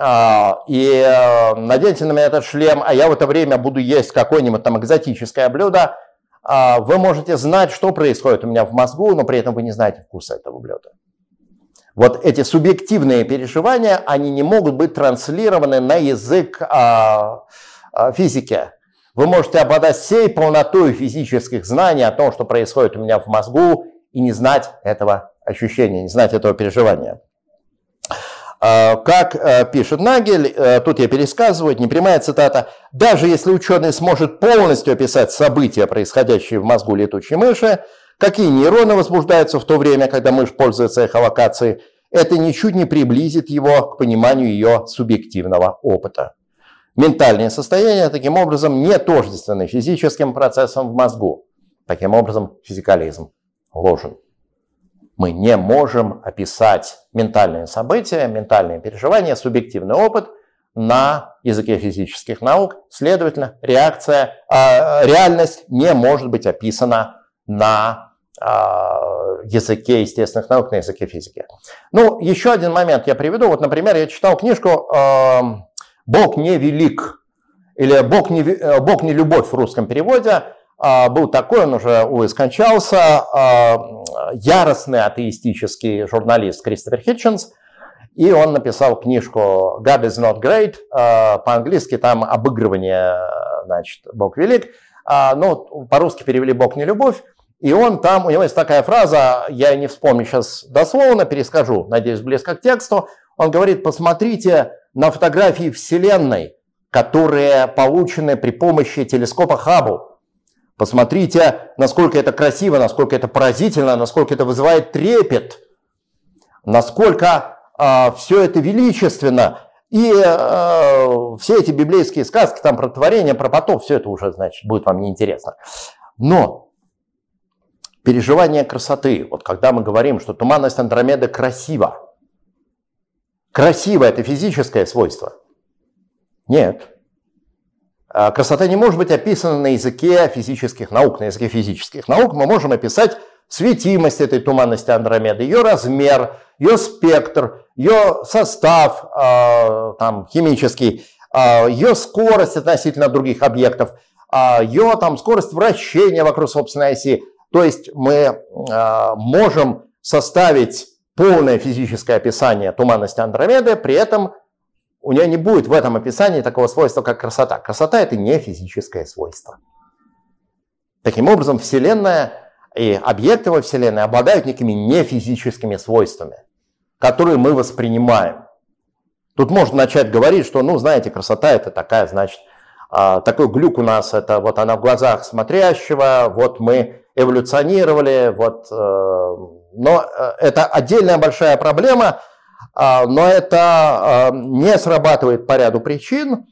и наденьте на меня этот шлем, а я в это время буду есть какое-нибудь там экзотическое блюдо, вы можете знать, что происходит у меня в мозгу, но при этом вы не знаете вкуса этого блюда. Вот эти субъективные переживания, они не могут быть транслированы на язык физики. Вы можете обладать всей полнотой физических знаний о том, что происходит у меня в мозгу, и не знать этого ощущения, не знать этого переживания. Как пишет Нагель, тут я пересказываю, непрямая цитата, «Даже если ученый сможет полностью описать события, происходящие в мозгу летучей мыши, какие нейроны возбуждаются в то время, когда мышь пользуется эхолокацией, это ничуть не приблизит его к пониманию ее субъективного опыта». Ментальные состояния, таким образом, не тождественны физическим процессам в мозгу. Таким образом, физикализм ложен. Мы не можем описать ментальные события, ментальные переживания, субъективный опыт на языке физических наук. Следовательно, реальность не может быть описана на языке естественных наук, на языке физики. Ну, еще один момент я приведу. Вот, например, я читал книжку «Бог не велик» или «Бог не любовь» в русском переводе. Был такой, он уже, увы, скончался, яростный атеистический журналист Кристофер Хитченс, и он написал книжку «God is not great», по-английски там обыгрывание, значит, «Бог велик», ну, по-русски перевели «Бог не любовь», и он там, у него есть такая фраза, я не вспомню сейчас дословно, перескажу, надеюсь, близко к тексту, он говорит, посмотрите на фотографии Вселенной, которые получены при помощи телескопа Хаббл. Посмотрите, насколько это красиво, насколько это поразительно, насколько это вызывает трепет, насколько все это величественно. И все эти библейские сказки там про творение, про потоп, все это уже, значит, будет вам неинтересно. Но переживание красоты, вот когда мы говорим, что туманность Андромеды красива, красиво – это физическое свойство? Нет. Красота не может быть описана на языке физических наук. На языке физических наук мы можем описать светимость этой туманности Андромеды, ее размер, ее спектр, ее состав там, химический, ее скорость относительно других объектов, ее там, скорость вращения вокруг собственной оси. То есть мы можем составить полное физическое описание туманности Андромеды, при этом у нее не будет в этом описании такого свойства, как красота. Красота – это не физическое свойство. Таким образом, Вселенная и объекты во Вселенной обладают некими нефизическими свойствами, которые мы воспринимаем. Тут можно начать говорить, что, ну, знаете, красота – это такая, значит, такой глюк у нас, это вот она в глазах смотрящего, вот мы эволюционировали, вот, но это отдельная большая проблема. Но это не срабатывает по ряду причин,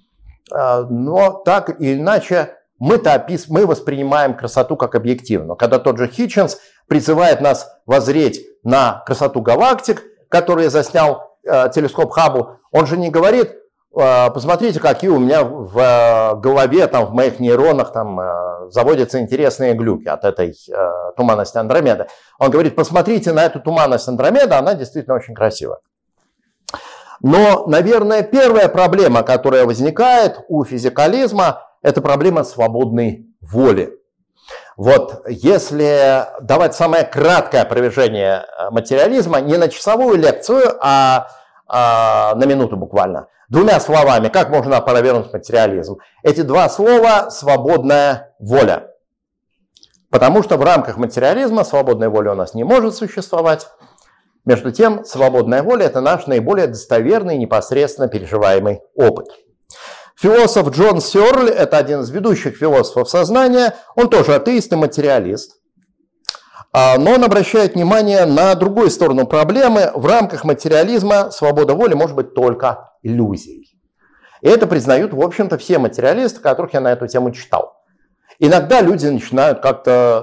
но так или иначе мы воспринимаем красоту как объективно. Когда тот же Хитченс призывает нас воззреть на красоту галактик, которые заснял телескоп Хаббл, он же не говорит: посмотрите, какие у меня в голове, там, в моих нейронах там, заводятся интересные глюки от этой туманности Андромеды. Он говорит: посмотрите на эту туманность Андромеды, она действительно очень красивая. Но, наверное, первая проблема, которая возникает у физикализма, это проблема свободной воли. Вот если давать самое краткое опровержение материализма, не на часовую лекцию, а на минуту буквально, двумя словами, как можно опровергнуть материализм? Эти два слова – свободная воля. Потому что в рамках материализма свободная воля у нас не может существовать. Между тем, свободная воля – это наш наиболее достоверный и непосредственно переживаемый опыт. Философ Джон Сёрль – это один из ведущих философов сознания, он тоже атеист и материалист. Но он обращает внимание на другую сторону проблемы. В рамках материализма свобода воли может быть только иллюзией. И это признают, в общем-то, все материалисты, которых я на эту тему читал. Иногда люди начинают как-то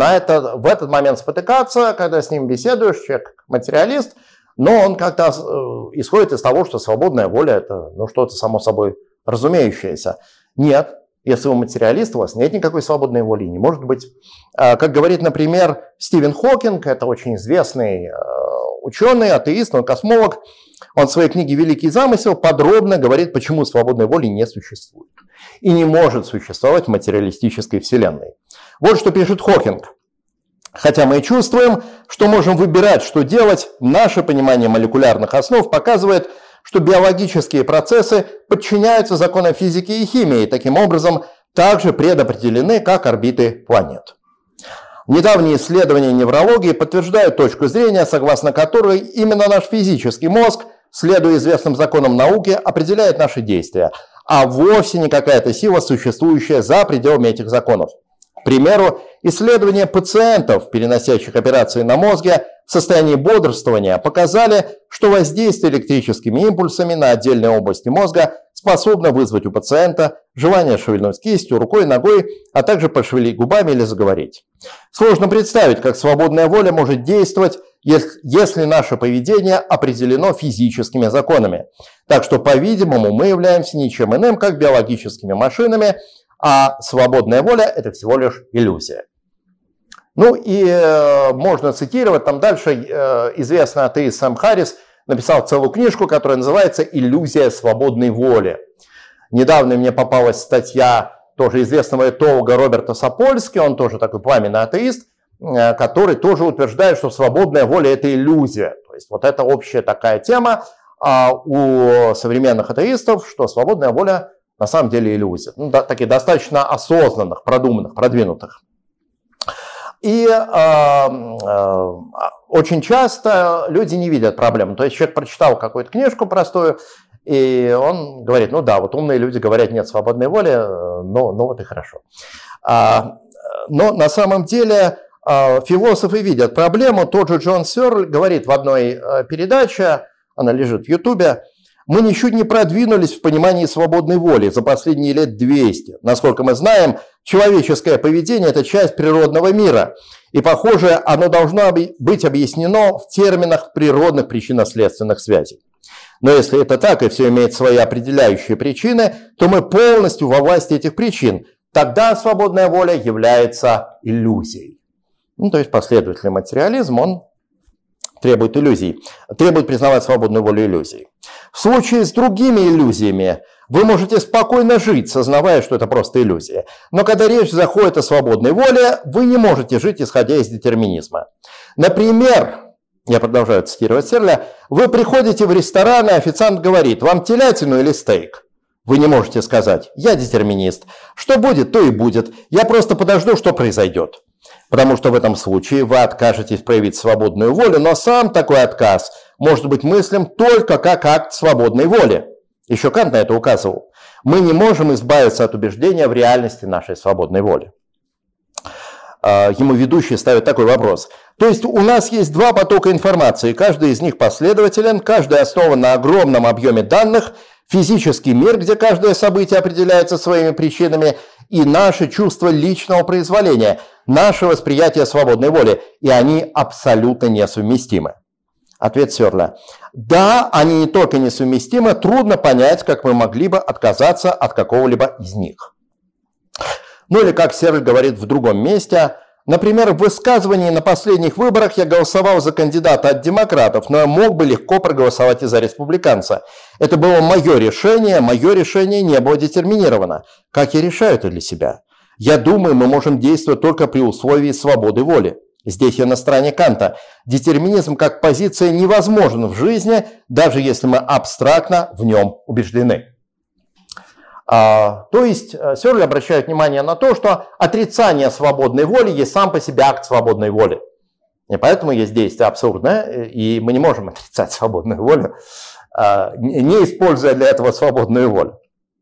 в этот момент спотыкаться, когда с ним беседуешь, человек материалист, но он как-то исходит из того, что свободная воля – это что-то само собой разумеющееся. Нет, если вы материалист, у вас нет никакой свободной воли, не может быть. Как говорит, например, Стивен Хокинг, это очень известный ученый, атеист, он космолог, он в своей книге «Великий замысел» подробно говорит, почему свободной воли не существует и не может существовать в материалистической вселенной. Вот что пишет Хокинг. Хотя мы и чувствуем, что можем выбирать, что делать, наше понимание молекулярных основ показывает, что биологические процессы подчиняются законам физики и химии, и таким образом также предопределены, как орбиты планет. Недавние исследования неврологии подтверждают точку зрения, согласно которой именно наш физический мозг, следуя известным законам науки, определяет наши действия, а вовсе не какая-то сила, существующая за пределами этих законов. К примеру, исследования пациентов, переносящих операции на мозге, в состоянии бодрствования показали, что воздействие электрическими импульсами на отдельные области мозга способно вызвать у пациента желание шевельнуть кистью, рукой, ногой, а также пошевелить губами или заговорить. Сложно представить, как свободная воля может действовать, если наше поведение определено физическими законами. Так что, по-видимому, мы являемся ничем иным, как биологическими машинами, а свободная воля – это всего лишь иллюзия. Ну и можно цитировать, там дальше известный атеист Сэм Харрис написал целую книжку, которая называется «Иллюзия свободной воли». Недавно мне попалась статья тоже известного этолога Роберта Сапольски, он тоже такой пламенный атеист, который тоже утверждает, что свободная воля – это иллюзия. То есть вот это общая такая тема у современных атеистов, что свободная воля на самом деле иллюзия. Ну, да, таких достаточно осознанных, продуманных, продвинутых. И очень часто люди не видят проблем. То есть человек прочитал какую-то книжку простую, и он говорит: ну да, вот умные люди говорят, нет свободной воли, но вот и хорошо. Но на самом деле философы видят проблему. Тот же Джон Сёрль говорит в одной передаче, она лежит в Ютубе: мы ничуть не продвинулись в понимании свободной воли за последние лет 200. Насколько мы знаем, человеческое поведение – это часть природного мира. И, похоже, оно должно быть объяснено в терминах природных причинно-следственных связей. Но если это так, и все имеет свои определяющие причины, то мы полностью во власти этих причин. Тогда свободная воля является иллюзией. Ну, то есть последовательный материализм, он требует иллюзий, требует признавать свободную волю иллюзий. В случае с другими иллюзиями вы можете спокойно жить, сознавая, что это просто иллюзия. Но когда речь заходит о свободной воле, вы не можете жить, исходя из детерминизма. Например, я продолжаю цитировать Сёрля, вы приходите в ресторан, и официант говорит: вам телятину или стейк? Вы не можете сказать: я детерминист. Что будет, то и будет. Я просто подожду, что произойдет. Потому что в этом случае вы откажетесь проявить свободную волю, но сам такой отказ может быть мыслим только как акт свободной воли. Еще Кант на это указывал. Мы не можем избавиться от убеждения в реальности нашей свободной воли. Ему ведущий ставит такой вопрос. То есть у нас есть два потока информации, каждый из них последователен, каждый основан на огромном объеме данных, физический мир, где каждое событие определяется своими причинами, и наше чувство личного произволения, наше восприятие свободной воли, и они абсолютно несовместимы. Ответ Сёрля. Да, они не только несовместимы, трудно понять, как мы могли бы отказаться от какого-либо из них. Ну или как Сёрль говорит в другом месте, например, в высказывании на последних выборах я голосовал за кандидата от демократов, но я мог бы легко проголосовать и за республиканца. Это было мое решение не было детерминировано. Как я решаю это для себя? Я думаю, мы можем действовать только при условии свободы воли. Здесь я на стороне Канта. Детерминизм как позиция невозможен в жизни, даже если мы абстрактно в нем убеждены. То есть Сёрль обращает внимание на то, что отрицание свободной воли есть сам по себе акт свободной воли. И поэтому есть действие абсурдное, и мы не можем отрицать свободную волю, не используя для этого свободную волю.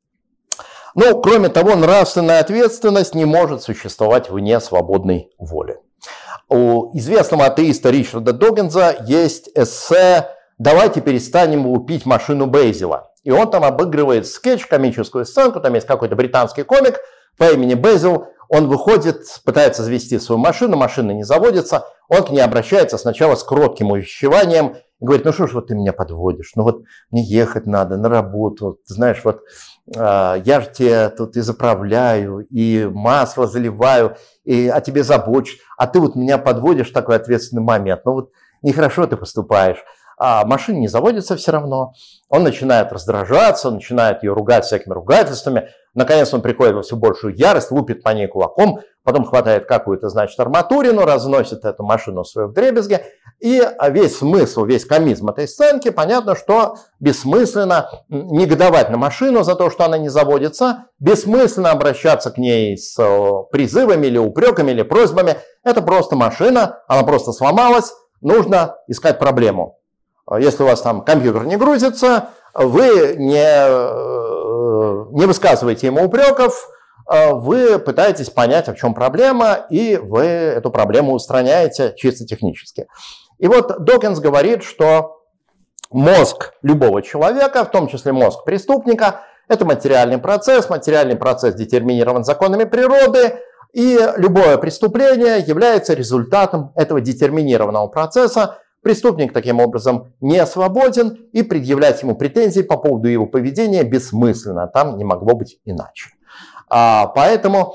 Ну, кроме того, нравственная ответственность не может существовать вне свободной воли. У известного атеиста Ричарда Доггинза есть эссе «Давайте перестанем лупить машину Бейзела». И он там обыгрывает скетч, комическую сценку, там есть какой-то британский комик по имени Бейзел. Он выходит, пытается завести свою машину, машина не заводится. Он к ней обращается сначала с кротким увещеванием и говорит: ну что ж вот ты меня подводишь, ну вот мне ехать надо на работу, ты знаешь, вот я же тебе тут и заправляю, и масло заливаю, и о тебе забочусь, а ты вот меня подводишь в такой ответственный момент, ну вот нехорошо ты поступаешь. А машина не заводится все равно. Он начинает раздражаться, начинает ее ругать всякими ругательствами. Наконец он приходит во все большую ярость, лупит по ней кулаком, потом хватает какую-то, значит, арматурину, разносит эту машину свою вдребезги. И весь смысл, весь комизм этой сценки, понятно, что бессмысленно негодовать на машину за то, что она не заводится, бессмысленно обращаться к ней с призывами или упреками или просьбами. Это просто машина, она просто сломалась, нужно искать проблему. Если у вас там компьютер не грузится, вы не высказываете ему упреков, вы пытаетесь понять, в чем проблема, и вы эту проблему устраняете чисто технически. И вот Докинз говорит, что мозг любого человека, в том числе мозг преступника, это материальный процесс детерминирован законами природы, и любое преступление является результатом этого детерминированного процесса. Преступник таким образом не свободен, и предъявлять ему претензии по поводу его поведения бессмысленно, там не могло быть иначе. Поэтому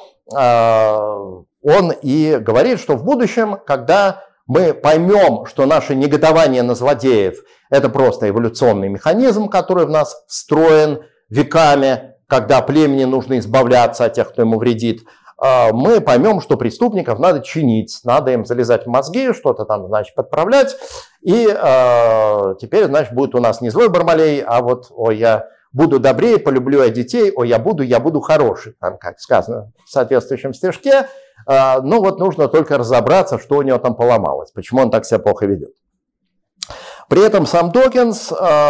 он и говорит, что в будущем, когда мы поймем, что наше негодование на злодеев – это просто эволюционный механизм, который в нас встроен веками, когда племени нужно избавляться от тех, кто ему вредит, мы поймем, что преступников надо чинить, надо им залезать в мозги, что-то там, значит, подправлять. И теперь, значит, будет у нас не злой Бармалей, а вот, ой, я буду добрее, полюблю я детей, ой, я буду хороший, там, как сказано в соответствующем стишке. Ну вот нужно только разобраться, что у него там поломалось, почему он так себя плохо ведет. При этом сам Докинз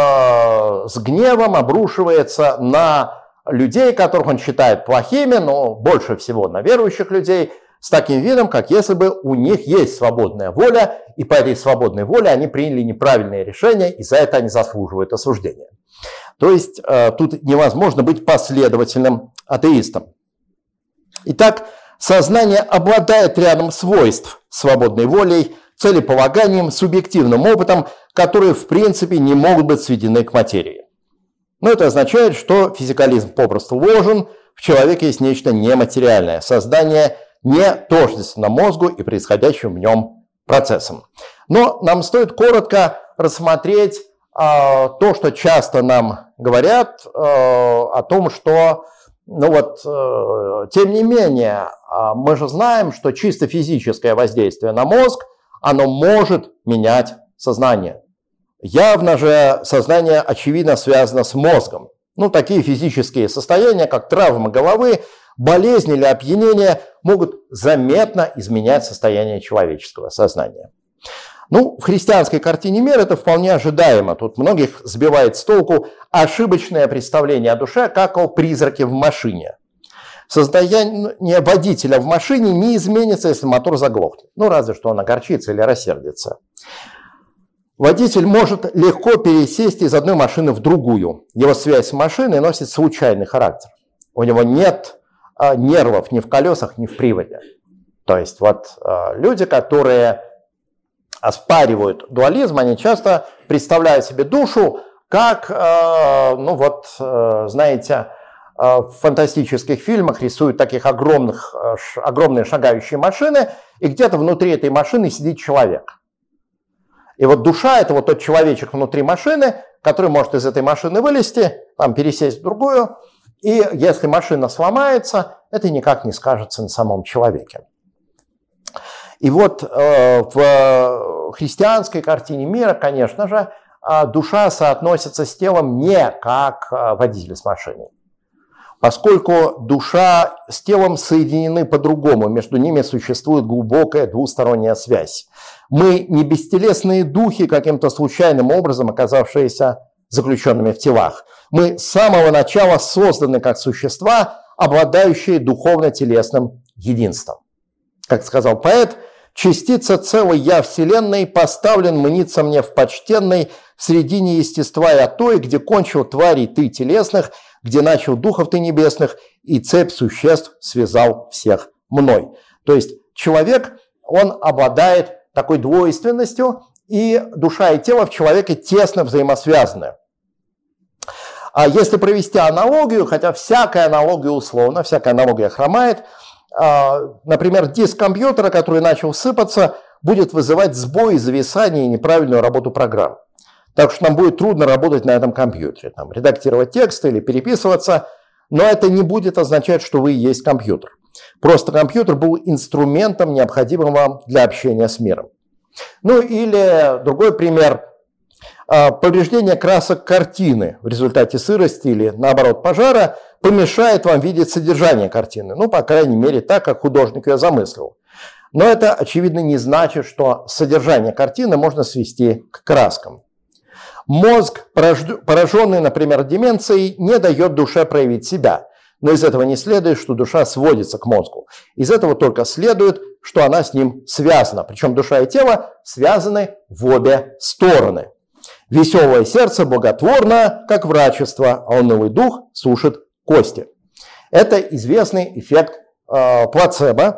с гневом обрушивается на людей, которых он считает плохими, но больше всего на верующих людей, с таким видом, как если бы у них есть свободная воля, и по этой свободной воле они приняли неправильные решения, и за это они заслуживают осуждения. То есть тут невозможно быть последовательным атеистом. Итак, сознание обладает рядом свойств свободной волей, целеполаганием, субъективным опытом, которые в принципе не могут быть сведены к материи. Но это означает, что физикализм попросту ложен, в человеке есть нечто нематериальное, создание не тождественно мозгу и происходящим в нем процессам. Но нам стоит коротко рассмотреть то, что часто нам говорят о том, что, ну вот, тем не менее, мы же знаем, что чисто физическое воздействие на мозг, оно может менять сознание. Явно же сознание очевидно связано с мозгом. Ну, такие физические состояния, как травма головы, болезнь или опьянение, могут заметно изменять состояние человеческого сознания. Ну, в христианской картине мира это вполне ожидаемо. Тут многих сбивает с толку ошибочное представление о душе, как о призраке в машине. Состояние водителя в машине не изменится, если мотор заглохнет. Ну, разве что он огорчится или рассердится. Водитель может легко пересесть из одной машины в другую. Его связь с машиной носит случайный характер. У него нет нервов ни в колесах, ни в приводе. То есть вот люди, которые оспаривают дуализм, они часто представляют себе душу как, знаете, в фантастических фильмах рисуют таких огромные шагающие машины, и где-то внутри этой машины сидит человек. И вот душа – это вот тот человечек внутри машины, который может из этой машины вылезти, там, пересесть в другую, и если машина сломается, это никак не скажется на самом человеке. И вот в христианской картине мира, конечно же, душа соотносится с телом не как водитель с машиной. Поскольку душа с телом соединены по-другому, между ними существует глубокая двусторонняя связь. Мы не бестелесные духи, каким-то случайным образом оказавшиеся заключенными в телах. Мы с самого начала созданы как существа, обладающие духовно-телесным единством. Как сказал поэт, «Частица целой я вселенной, поставлен мнится мне в почтенной, в средине естества я той, где кончил тварей ты телесных, где начал духов ты небесных, и цепь существ связал всех мной». То есть человек, он обладает такой двойственностью, и душа и тело в человеке тесно взаимосвязаны. А если провести аналогию, хотя всякая аналогия условна, всякая аналогия хромает, например, диск компьютера, который начал сыпаться, будет вызывать сбои, зависание и неправильную работу программ. Так что нам будет трудно работать на этом компьютере, там, редактировать тексты или переписываться, но это не будет означать, что вы и есть компьютер. Просто компьютер был инструментом, необходимым вам для общения с миром. Ну или другой пример. Повреждение красок картины в результате сырости или, наоборот, пожара помешает вам видеть содержание картины. Ну, по крайней мере, так, как художник ее замыслил. Но это, очевидно, не значит, что содержание картины можно свести к краскам. Мозг, пораженный, например, деменцией, не дает душе проявить себя. Но из этого не следует, что душа сводится к мозгу. Из этого только следует, что она с ним связана. Причем душа и тело связаны в обе стороны. Веселое сердце благотворно, как врачество, а унылый дух сушит кости. Это известный эффект плацебо,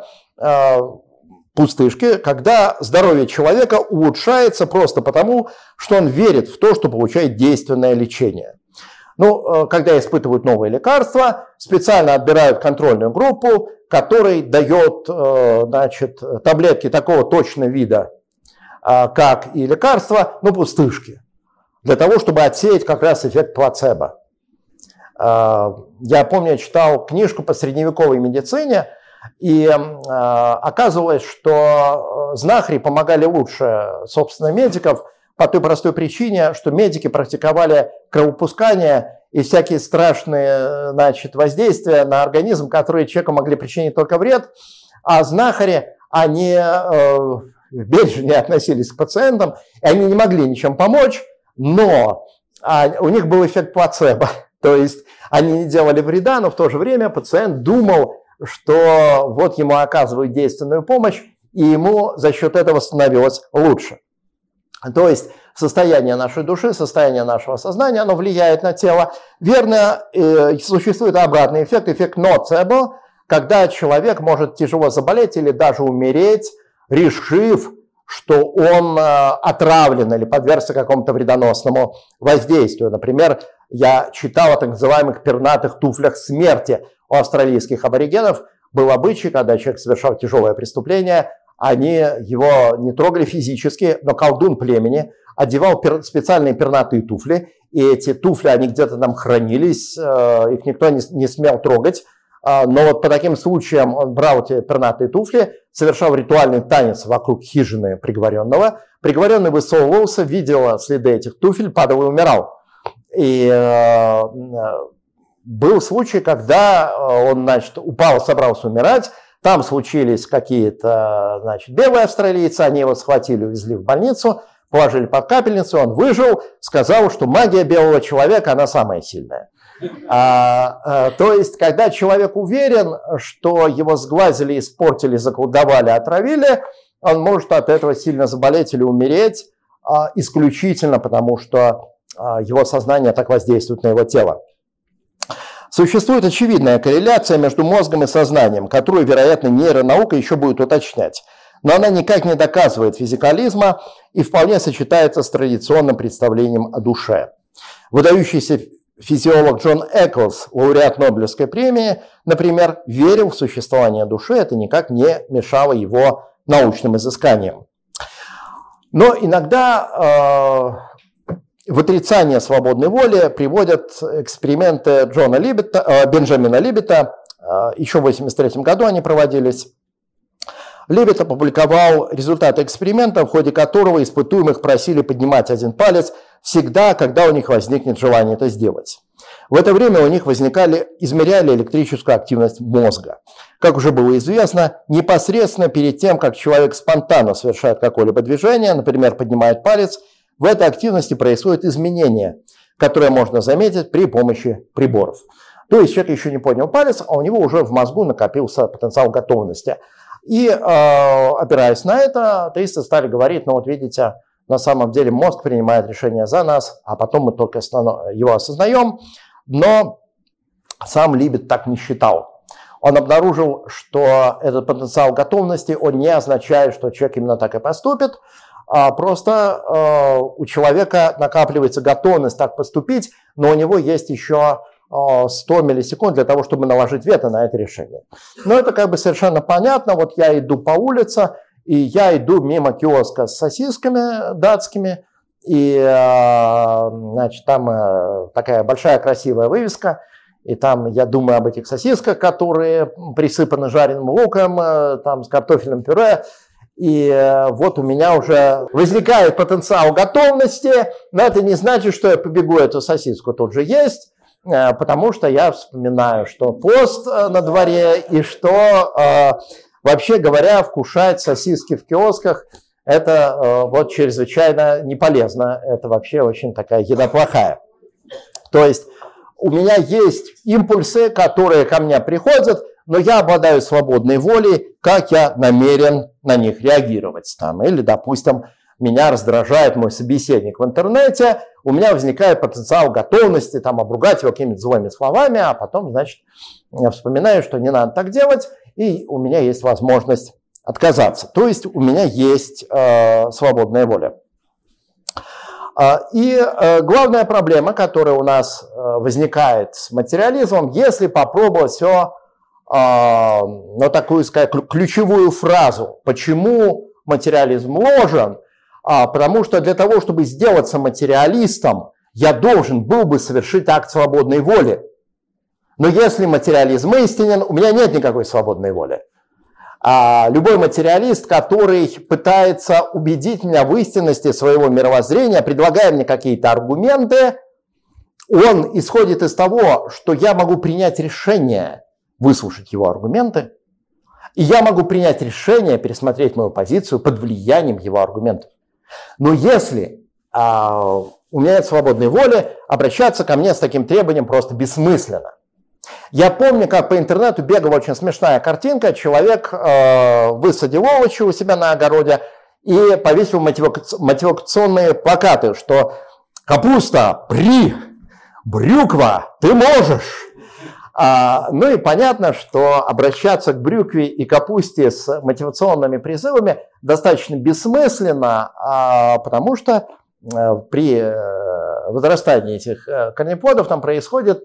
пустышки, когда здоровье человека улучшается просто потому, что он верит в то, что получает действенное лечение. Ну, когда испытывают новые лекарства, специально отбирают контрольную группу, которой дает, таблетки такого точно вида, как и лекарства, но пустышки, для того, чтобы отсеять как раз эффект плацебо. Я помню, я читал книжку по средневековой медицине, и оказывалось, что знахари помогали лучше, собственно, медиков по той простой причине, что медики практиковали кровопускание и всякие страшные, воздействия на организм, которые человеку могли причинить только вред, а знахари, они бережно относились к пациентам, и они не могли ничем помочь, но у них был эффект плацебо, то есть они не делали вреда, но в то же время пациент думал, что вот ему оказывают действенную помощь, и ему за счет этого становилось лучше. То есть состояние нашей души, состояние нашего сознания, оно влияет на тело. Верно, существует обратный эффект, эффект ноцебо, когда человек может тяжело заболеть или даже умереть, решив, что он отравлен или подвергся какому-то вредоносному воздействию. Например, я читал о так называемых пернатых туфлях смерти. У австралийских аборигенов был обычай, когда человек совершал тяжелое преступление, они его не трогали физически, но колдун племени одевал специальные пернатые туфли, и эти туфли, они где-то там хранились, их никто не смел трогать. Но вот по таким случаям он брал эти пернатые туфли, совершал ритуальный танец вокруг хижины приговоренного. Приговоренный высовывался, видел следы этих туфель, падал и умирал. И был случай, когда он, упал, собрался умирать. Там случились какие-то, белые австралийцы, они его схватили, увезли в больницу, положили под капельницу, он выжил, сказал, что магия белого человека, она самая сильная. То есть, когда человек уверен, что его сглазили, испортили, заколдовали, отравили, он может от этого сильно заболеть или умереть, исключительно потому, что его сознание так воздействует на его тело. Существует очевидная корреляция между мозгом и сознанием, которую, вероятно, нейронаука еще будет уточнять. но она никак не доказывает физикализма и вполне сочетается с традиционным представлением о душе. Выдающийся физиолог Джон Эклс, лауреат Нобелевской премии, например, верил в существование души, это никак не мешало его научным изысканиям. Но иногда в отрицание свободной воли приводят эксперименты Бенджамина Либбета. Еще в 1983 году они проводились. Либбет опубликовал результаты эксперимента, в ходе которого испытуемых просили поднимать один палец всегда, когда у них возникнет желание это сделать. В это время у них измеряли электрическую активность мозга. Как уже было известно, непосредственно перед тем, как человек спонтанно совершает какое-либо движение, например, поднимает палец, в этой активности происходит изменение, которое можно заметить при помощи приборов. То есть человек еще не поднял палец, а у него уже в мозгу накопился потенциал готовности. И опираясь на это, атеисты стали говорить, ну вот видите, на самом деле мозг принимает решение за нас, а потом мы только его осознаем. Но сам Либбет так не считал. Он обнаружил, что этот потенциал готовности, он не означает, что человек именно так и поступит, а просто у человека накапливается готовность так поступить, но у него есть еще 100 миллисекунд для того, чтобы наложить вето на это решение. Но это как бы совершенно понятно. Вот я иду по улице, и я иду мимо киоска с сосисками датскими, и значит, там такая большая красивая вывеска, и там я думаю об этих сосисках, которые присыпаны жареным луком, там с картофельным пюре, и вот у меня уже возникает потенциал готовности, но это не значит, что я побегу эту сосиску тут же есть, потому что я вспоминаю, что пост на дворе, и что, вообще говоря, вкушать сосиски в киосках – это вот чрезвычайно не полезно, это вообще очень такая еда плохая. То есть у меня есть импульсы, которые ко мне приходят, но я обладаю свободной волей, как я намерен на них реагировать. Там. Или, допустим, меня раздражает мой собеседник в интернете, у меня возникает потенциал готовности там, обругать его какими-то злыми словами, а потом, значит, я вспоминаю, что не надо так делать, и у меня есть возможность отказаться. То есть у меня есть свободная воля. И главная проблема, которая у нас возникает с материализмом, если попробовать все, ну, такую сказать, ключевую фразу, почему материализм ложен, потому что для того, чтобы сделаться материалистом, я должен был бы совершить акт свободной воли. Но если материализм истинен, у меня нет никакой свободной воли. Любой материалист, который пытается убедить меня в истинности своего мировоззрения, предлагая мне какие-то аргументы, он исходит из того, что я могу принять решение выслушать его аргументы, и я могу принять решение пересмотреть мою позицию под влиянием его аргументов. Но если у меня нет свободной воли, обращаться ко мне с таким требованием просто бессмысленно. Я помню, как по интернету бегала очень смешная картинка. Человек высадил овощи у себя на огороде и повесил мотивационные плакаты, что «Капуста, при, брюква, ты можешь». Ну и понятно, что обращаться к брюкве и капусте с мотивационными призывами достаточно бессмысленно, потому что при возрастании этих корнеплодов там происходит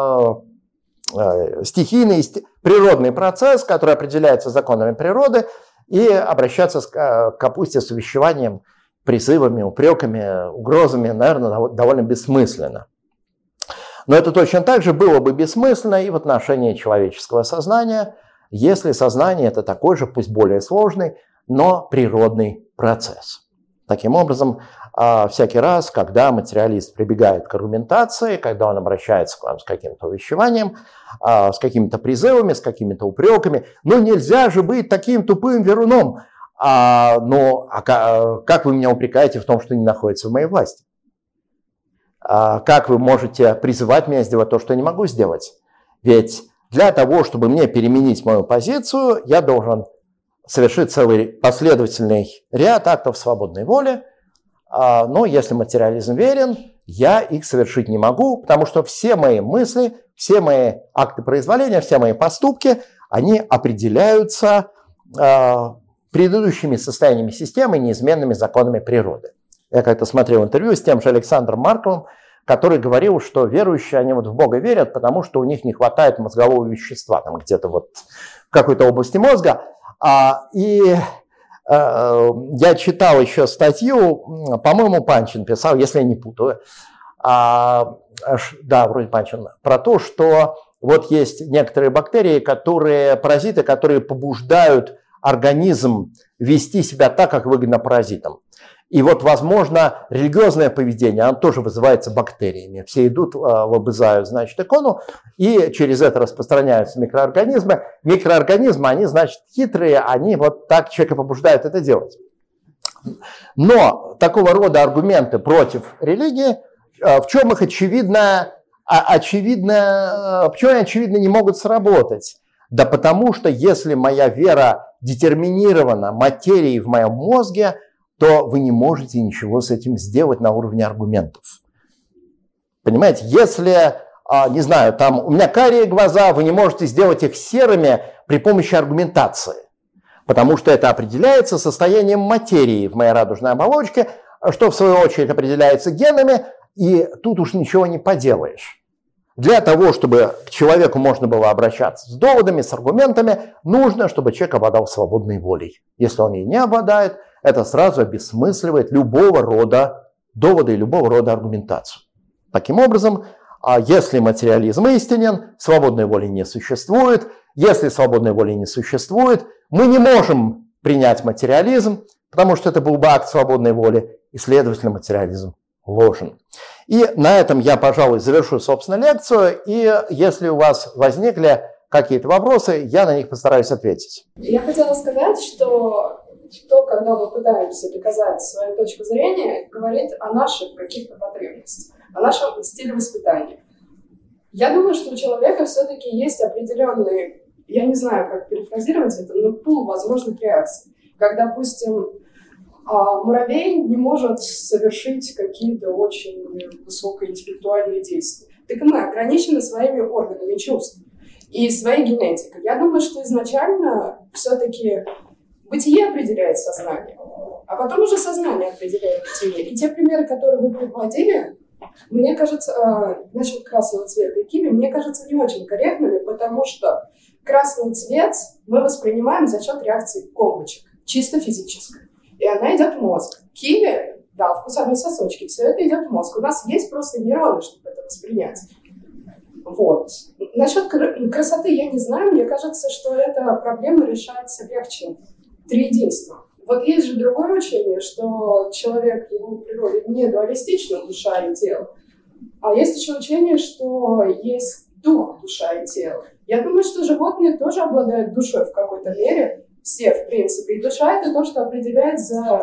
стихийный природный процесс, который определяется законами природы, и обращаться к капусте с увещеванием, призывами, упреками, угрозами, наверное, довольно бессмысленно. Но это точно так же было бы бессмысленно и в отношении человеческого сознания, если сознание – это такой же, пусть более сложный, но природный процесс. Таким образом, всякий раз, когда материалист прибегает к аргументации, когда он обращается к вам с каким-то увещеванием, с какими-то призывами, с какими-то упреками, ну нельзя же быть таким тупым веруном, как вы меня упрекаете в том, что не находится в моей власти? Как вы можете призывать меня сделать то, что я не могу сделать? Ведь для того, чтобы мне переменить мою позицию, я должен совершить целый последовательный ряд актов свободной воли. Но если материализм верен, я их совершить не могу, потому что все мои мысли, все мои акты произволения, все мои поступки, они определяются предыдущими состояниями системы, неизменными законами природы. Я как-то смотрел интервью с тем же Александром Марковым, который говорил, что верующие, они вот в Бога верят, потому что у них не хватает мозгового вещества, там где-то вот в какой-то области мозга. Я читал еще статью, по-моему, Панчин писал, если я не путаю, да, вроде Панчин, про то, что вот есть некоторые бактерии, паразиты, которые побуждают организм вести себя так, как выгодно паразитам. И вот, возможно, религиозное поведение, оно тоже вызывается бактериями. Все идут, лобызают, значит, икону, и через это распространяются микроорганизмы. Микроорганизмы, они, значит, хитрые, они вот так человека побуждают это делать. Но такого рода аргументы против религии, в чем их очевидно не могут сработать? Да потому что если моя вера детерминирована материей в моем мозге, то вы не можете ничего с этим сделать на уровне аргументов. Понимаете, если, не знаю, там у меня карие глаза, вы не можете сделать их серыми при помощи аргументации, потому что это определяется состоянием материи в моей радужной оболочке, что в свою очередь определяется генами, и тут уж ничего не поделаешь. Для того, чтобы к человеку можно было обращаться с доводами, с аргументами, нужно, чтобы человек обладал свободной волей. Если он ей не обладает, это сразу обесмысливает любого рода доводы и любого рода аргументацию. Таким образом, если материализм истинен, свободной воли не существует. Если свободной воли не существует, мы не можем принять материализм, потому что это был бы акт свободной воли, и, следовательно, материализм ложен. И на этом я, пожалуй, завершу, собственно, лекцию. И если у вас возникли какие-то вопросы, я на них постараюсь ответить. Я хотела сказать, что когда мы пытаемся доказать свою точку зрения, говорит о наших каких-то потребностях, о нашем стиле воспитания. Я думаю, что у человека все-таки есть определенный, я не знаю, как перефразировать это, но пул возможных реакций. Как, допустим, муравей не может совершить какие-то очень высокоинтеллектуальные действия. Так и мы ограничены своими органами чувств и своей генетикой. Я думаю, что изначально все-таки бытие определяет сознание, а потом уже сознание определяет бытие. И те примеры, которые вы приводили, мне кажется, насчет красного цвета и киви, мне кажется, не очень корректными, потому что красный цвет мы воспринимаем за счет реакции колбочек, чисто физической. И она идет в мозг. Киви, да, вкусовые сосочки, все это идет в мозг. У нас есть просто нейроны, чтобы это воспринять. Вот. Насчет красоты я не знаю, мне кажется, что эта проблема решается легче триединством. Вот есть же другое учение, что человек в его природе не дуалистична, душа и тело, а есть еще учение, что есть дух, душа и тело. Я думаю, что животные тоже обладают душой в какой-то мере, все, в принципе. И душа — это то, что отвечает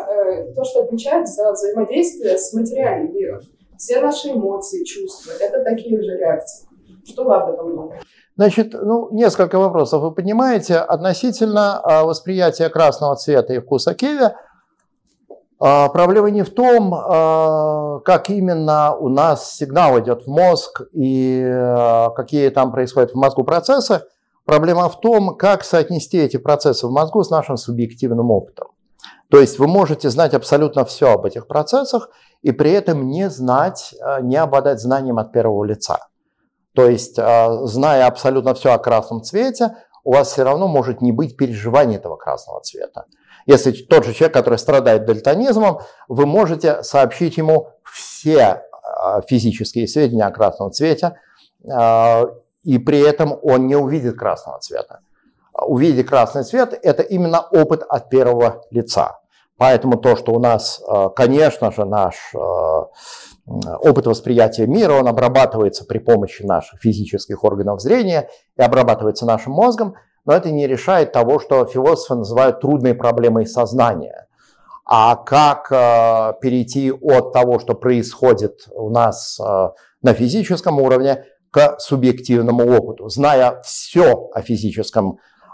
за взаимодействие с материальным миром. Все наши эмоции, чувства — это такие же реакции. Что вы об этом думаете? Значит, несколько вопросов. Вы понимаете, относительно восприятия красного цвета и вкуса киви, проблема не в том, как именно у нас сигнал идет в мозг и какие там происходят в мозгу процессы. Проблема в том, как соотнести эти процессы в мозгу с нашим субъективным опытом. То есть вы можете знать абсолютно все об этих процессах и при этом не обладать знанием от первого лица. То есть, зная абсолютно все о красном цвете, у вас все равно может не быть переживания этого красного цвета. Если тот же человек, который страдает дальтонизмом, вы можете сообщить ему все физические сведения о красном цвете, и при этом он не увидит красного цвета. Увидеть красный цвет – это именно опыт от первого лица. Поэтому то, что у нас, конечно же, наш опыт восприятия мира, он обрабатывается при помощи наших физических органов зрения и обрабатывается нашим мозгом, но это не решает того, что философы называют трудной проблемой сознания. А как перейти от того, что происходит у нас на физическом уровне, к субъективному опыту, зная все о физических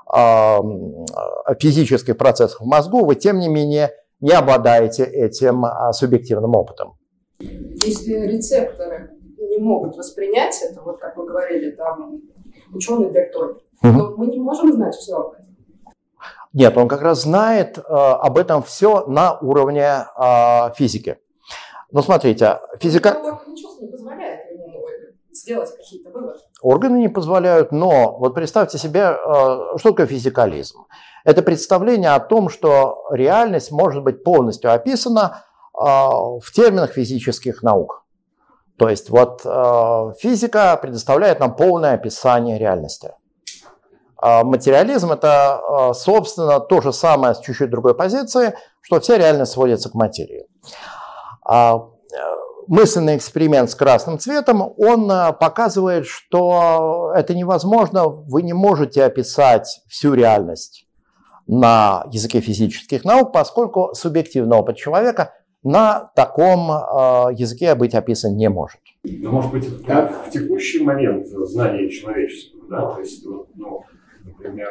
процессах в мозгу, вы, тем не менее, не обладаете этим субъективным опытом. Если рецепторы не могут воспринять это, вот как вы говорили, там ученый Бертоль, то мы не можем знать все об этом. Нет, он как раз знает об этом все на уровне физики. Ну, смотрите, физика... Ничего не позволяет ему сделать какие-то выводы. Органы не позволяют, но вот представьте себе, что такое физикализм. Это представление о том, что реальность может быть полностью описана в терминах физических наук. То есть вот физика предоставляет нам полное описание реальности. Материализм – это, собственно, то же самое с чуть-чуть другой позиции, что вся реальность сводится к материи. Мысленный эксперимент с красным цветом, он показывает, что это невозможно, вы не можете описать всю реальность на языке физических наук, поскольку субъективный опыт человека на таком языке быть описан не может. Но, может быть, как в текущий момент знания человеческого, да, то есть, ну, например,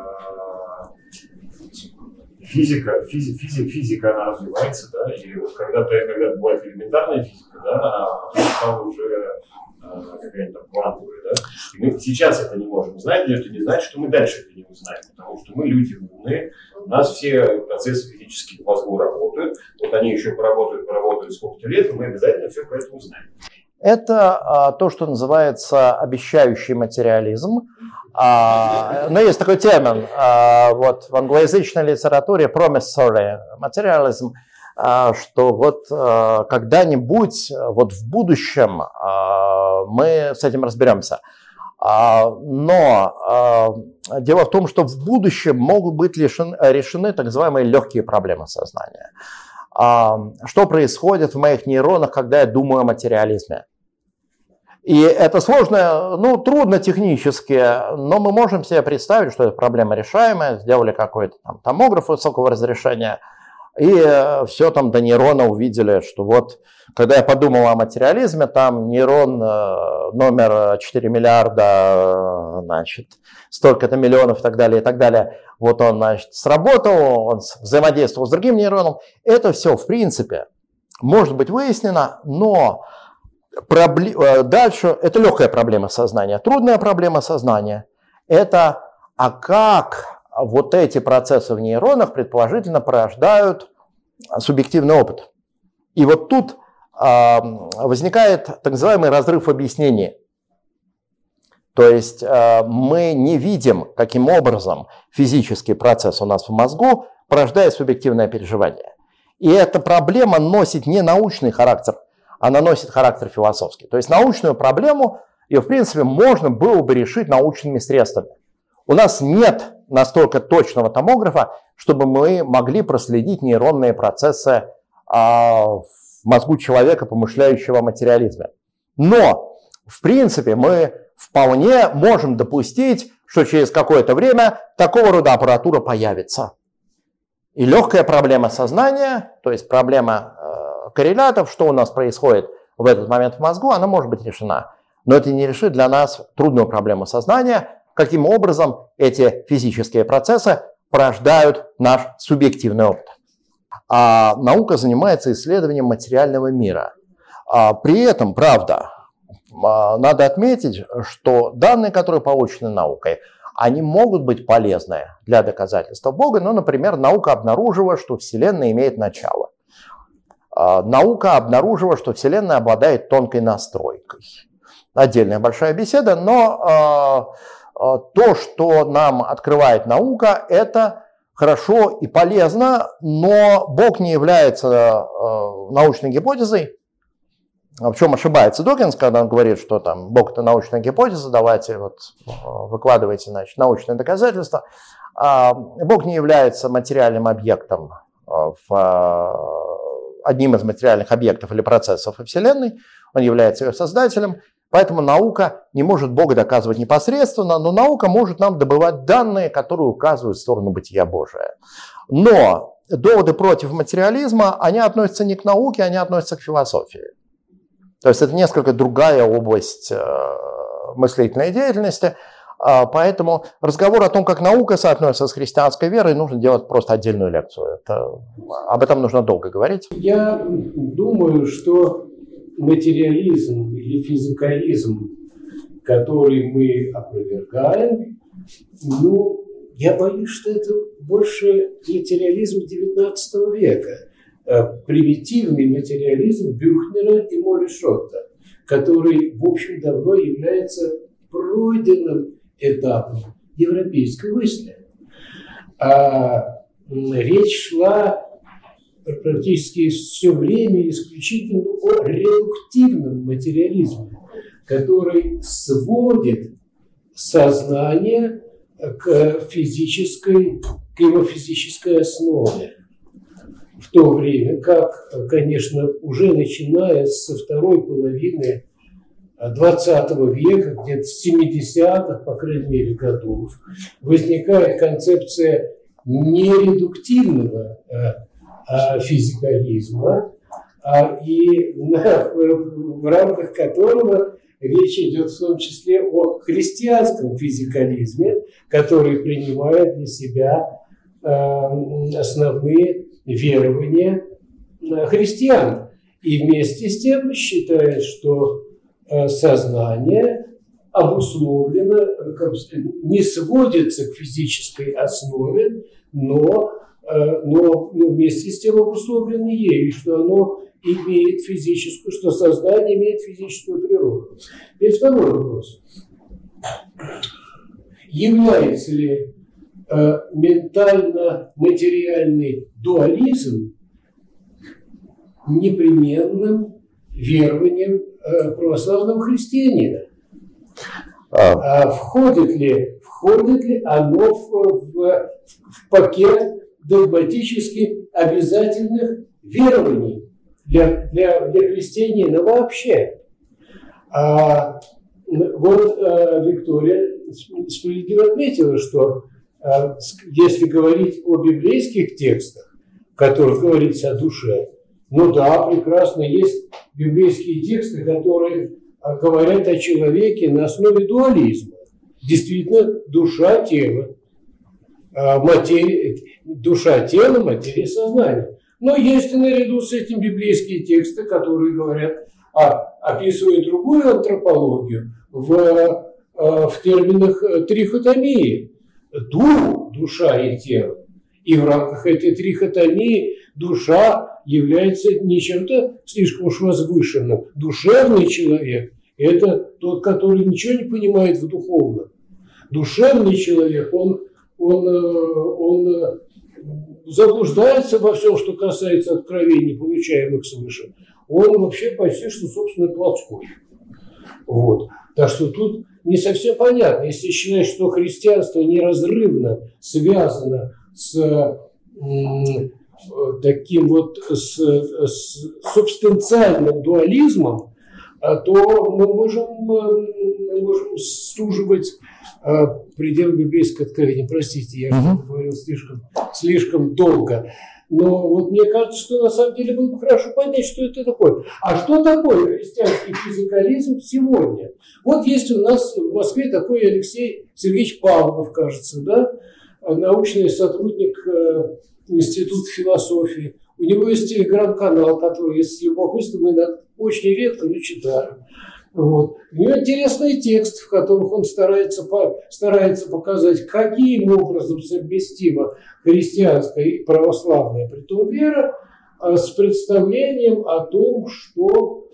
физика, она развивается, да, и вот когда-то бывает элементарная физика, да, а потом стала уже какая-нибудь там квантовая, да. И мы сейчас это не можем знать, но это не значит, что мы дальше это не узнаем, потому что мы люди умные, у нас все процессы физические в мозгу работают, вот они еще поработают сколько-то лет, и мы обязательно все про это узнаем. Это то, что называется обещающий материализм. Но есть такой термин вот, в англоязычной литературе promissory materialism, что вот когда-нибудь вот в будущем мы с этим разберемся. Но дело в том, что в будущем могут быть решены так называемые легкие проблемы сознания. Что происходит в моих нейронах, когда я думаю о материализме? И это сложно, ну, трудно технически, но мы можем себе представить, что эта проблема решаемая. Сделали какой-то там томограф высокого разрешения, и все там до нейрона увидели, что вот, когда я подумал о материализме, там нейрон номер 4 миллиарда, значит, столько-то миллионов и так далее, вот он, значит, сработал, он взаимодействовал с другим нейроном. Это все, в принципе, может быть выяснено, но дальше это легкая проблема сознания. Трудная проблема сознания – это как вот эти процессы в нейронах предположительно порождают субъективный опыт. И вот тут возникает так называемый разрыв объяснений. То есть мы не видим, каким образом физический процесс у нас в мозгу порождает субъективное переживание. И эта проблема носит не научный характер, она носит характер философский. То есть научную проблему, ее в принципе можно было бы решить научными средствами. У нас нет настолько точного томографа, чтобы мы могли проследить нейронные процессы в мозгу человека, помышляющего о материализме. Но, в принципе, мы вполне можем допустить, что через какое-то время такого рода аппаратура появится. И легкая проблема сознания, то есть проблема коррелятов, что у нас происходит в этот момент в мозгу, она может быть решена. Но это не решит для нас трудную проблему сознания, каким образом эти физические процессы порождают наш субъективный опыт. А наука занимается исследованием материального мира. При этом, правда, надо отметить, что данные, которые получены наукой, они могут быть полезны для доказательства Бога. Ну, например, наука обнаружила, что Вселенная имеет начало. Наука обнаружила, что Вселенная обладает тонкой настройкой. Отдельная большая беседа, но то, что нам открывает наука, это хорошо и полезно, но Бог не является научной гипотезой. В чем ошибается Докинс, когда он говорит, что там Бог – это научная гипотеза, давайте вот выкладывайте, значит, научные доказательства. Бог не является материальным объектом, одним из материальных объектов или процессов Вселенной, он является ее создателем, поэтому наука не может Бога доказывать непосредственно, но наука может нам добывать данные, которые указывают в сторону бытия Божия. Но доводы против материализма, они относятся не к науке, они относятся к философии. То есть это несколько другая область мыслительной деятельности, поэтому разговор о том, как наука соотносится с христианской верой, нужно делать просто отдельную лекцию. Об этом нужно долго говорить. Я думаю, что материализм или физикализм, который мы опровергаем, ну, Я боюсь, что это больше материализм XIX века, примитивный материализм Бюхнера и Моришотта, который, в общем, давно является пройденным этапом европейской мысли. Речь шла практически все время исключительно о редуктивном материализме, который сводит сознание к его физической основе. В то время как, конечно, уже начиная со второй половины XX века, где-то с 70-х, по крайней мере, годов, возникает концепция нередуктивного физикализма, и в рамках которого речь идет в том числе о христианском физикализме, который принимает для себя основные верования христиан. И вместе с тем считает, что сознание обусловлено, не сводится к физической основе, но вместе с тем обусловлено ею, что оно имеет физическую, что сознание имеет физическую природу. И второй вопрос. Является ли ментально-материальный дуализм непременным верованием православного христианина? Входит ли оно в пакет догматически обязательных верований для христианина вообще? Виктория справедливо отметила, что если говорить о библейских текстах, в которых говорится о душе, ну да, прекрасно, есть библейские тексты, которые говорят о человеке на основе дуализма. Действительно, душа-тело, душа-тело, материя, сознание. Но есть и наряду с этим библейские тексты, которые говорят, описывают другую антропологию в терминах трихотомии. Дух, душа и тело. И в рамках этой трихотомии душа является не чем-то слишком уж возвышенным. Душевный человек – это тот, который ничего не понимает в духовном. Душевный человек, он заблуждается во всем, что касается откровений, получаемых свыше. Он вообще почти что, собственно, плотской. Вот. Так что тут не совсем понятно. Если считать, что христианство неразрывно связано с таким вот субстанциальным дуализмом, то мы можем суживать пределы библейского откровения. Простите, я говорил слишком долго. Но вот мне кажется, что на самом деле было бы хорошо понять, что это такое. А что такое христианский физикализм сегодня? Вот есть у нас в Москве такой Алексей Сергеевич Павлов, кажется, да? Научный сотрудник Института философии. У него есть телеграм-канал, который, если с любопытством, мы очень редко, но читаем. Вот. У него интересный текст, в котором он старается показать, каким образом совместима христианская и православная притом вера с представлением о том, что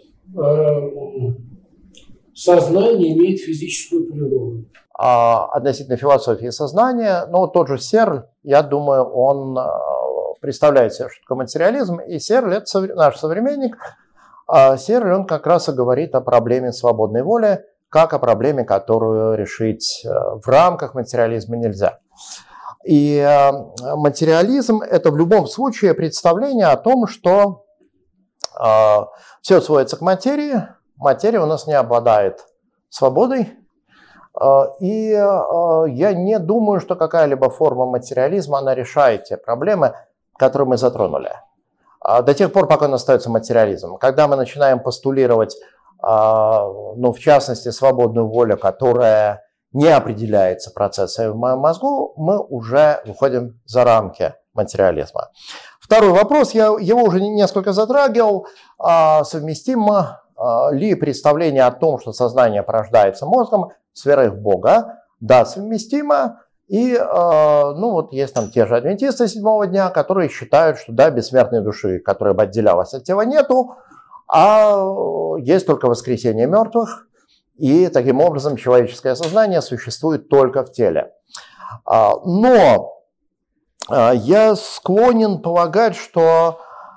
сознание имеет физическую природу. Относительно философии сознания, тот же Серль, я думаю, он представляет себе, что такое материализм, и Серль – это наш современник. Серль, он как раз и говорит о проблеме свободной воли, как о проблеме, которую решить в рамках материализма нельзя. И материализм – это в любом случае представление о том, что все сводится к материи, материя у нас не обладает свободой, и я не думаю, что какая-либо форма материализма, она решает те проблемы, которые мы затронули. До тех пор, пока он остается материализмом. Когда мы начинаем постулировать, в частности, свободную волю, которая не определяется процессами в моем мозгу, мы уже выходим за рамки материализма. Второй вопрос, я его уже несколько затрагивал. Совместимо ли представление о том, что сознание порождается мозгом, с верой в Бога? Да, совместимо. И, ну, вот есть там те же адвентисты седьмого дня, которые считают, что, да, бессмертной души, которая бы отделялась от тела, нету, а есть только воскресение мертвых, и таким образом человеческое сознание существует только в теле. Но я склонен полагать, что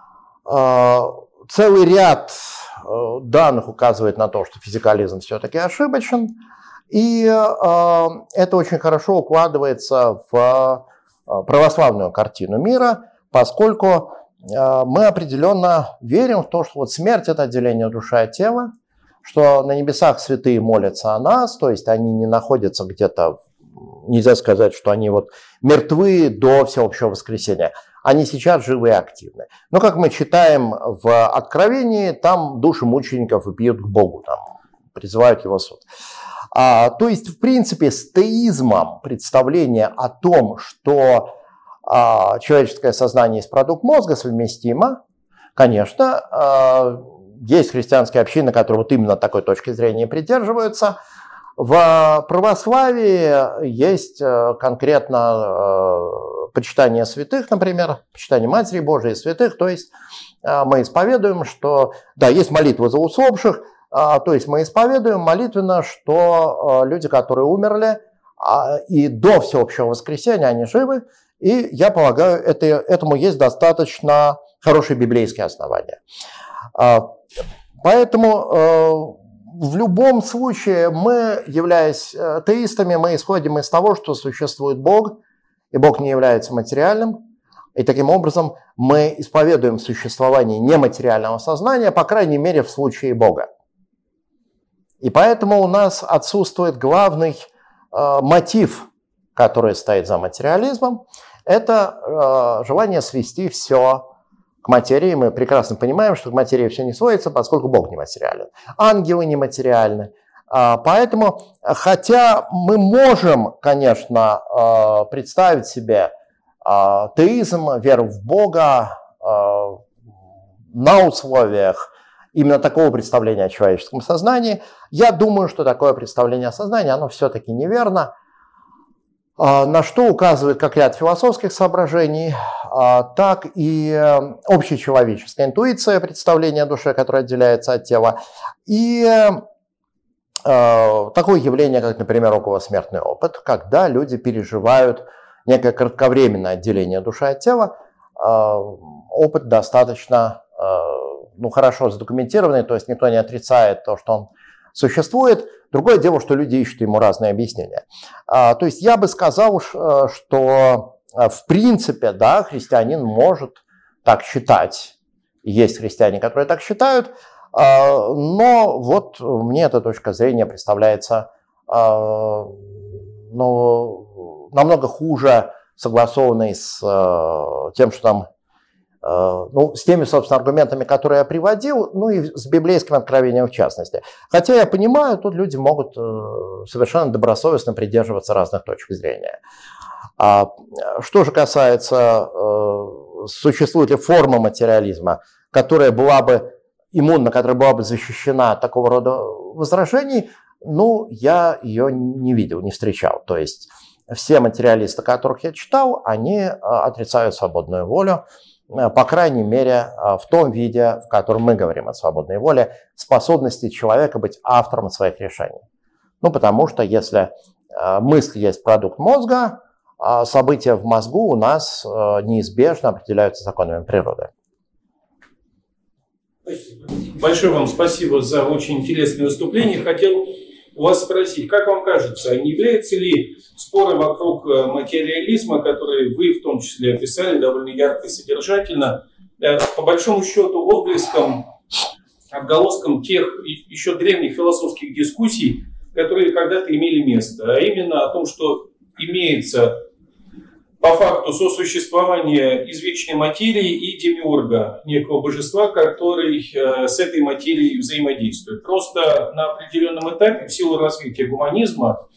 целый ряд данных указывает на то, что физикализм все-таки ошибочен, и это очень хорошо укладывается в православную картину мира, поскольку мы определенно верим в то, что вот смерть – это отделение души от тела, что на небесах святые молятся о нас, то есть они не находятся где-то, нельзя сказать, что они вот мертвы до всеобщего воскресения. Они сейчас живы и активны. Но, как мы читаем в Откровении, там души мучеников вопиют к Богу, там призывают его суд. То есть, в принципе, с теизмом представление о том, что человеческое сознание есть продукт мозга, совместимо. Конечно, есть христианские общины, которые вот именно такой точки зрения придерживаются. В православии есть конкретно почитание святых, например, почитание Матери Божией и святых. То есть мы исповедуем, что, да, есть молитва за усопших, то есть мы исповедуем молитвенно, что люди, которые умерли, и до всеобщего воскресения они живы, и я полагаю, этому есть достаточно хорошие библейские основания. Поэтому в любом случае мы, являясь теистами, мы исходим из того, что существует Бог, и Бог не является материальным, и таким образом мы исповедуем существование нематериального сознания, по крайней мере, в случае Бога. И поэтому у нас отсутствует главный мотив, который стоит за материализмом, это желание свести все к материи. Мы прекрасно понимаем, что к материи все не сводится, поскольку Бог нематериален. Ангелы нематериальны. Поэтому, хотя мы можем, конечно, представить себе теизм, веру в Бога на условиях именно такого представления о человеческом сознании, я думаю, что такое представление о сознании, оно все-таки неверно. На что указывает как ряд философских соображений, так и общечеловеческая интуиция, представление о душе, которое отделяется от тела, и такое явление, как, например, околосмертный опыт, когда люди переживают некое кратковременное отделение души от тела, опыт достаточно хорошо задокументированный, то есть никто не отрицает то, что он существует. Другое дело, что люди ищут ему разные объяснения. То есть я бы сказал, что в принципе, да, христианин может так считать. Есть христиане, которые так считают, но вот мне эта точка зрения представляется намного хуже согласованной с тем, что там, с теми, собственно, аргументами, которые я приводил, и с библейским откровением в частности. Хотя я понимаю, тут люди могут совершенно добросовестно придерживаться разных точек зрения. Что же касается, существует ли форма материализма, которая была бы иммунна, которая была бы защищена от такого рода возражений, я ее не видел, не встречал. То есть все материалисты, которых я читал, они отрицают свободную волю, по крайней мере, в том виде, в котором мы говорим о свободной воле, способности человека быть автором своих решений. Потому что если мысль есть продукт мозга, события в мозгу у нас неизбежно определяются законами природы. Большое вам спасибо за очень интересное выступление. Хотел у вас спросить, как вам кажется, не являются ли споры вокруг материализма, которые вы в том числе описали довольно ярко и содержательно, по большому счету отголоском тех еще древних философских дискуссий, которые когда-то имели место, а именно о том, что имеется по факту сосуществование извечной материи и демиурга, некого божества, который с этой материей взаимодействует. Просто на определенном этапе, в силу развития гуманизма,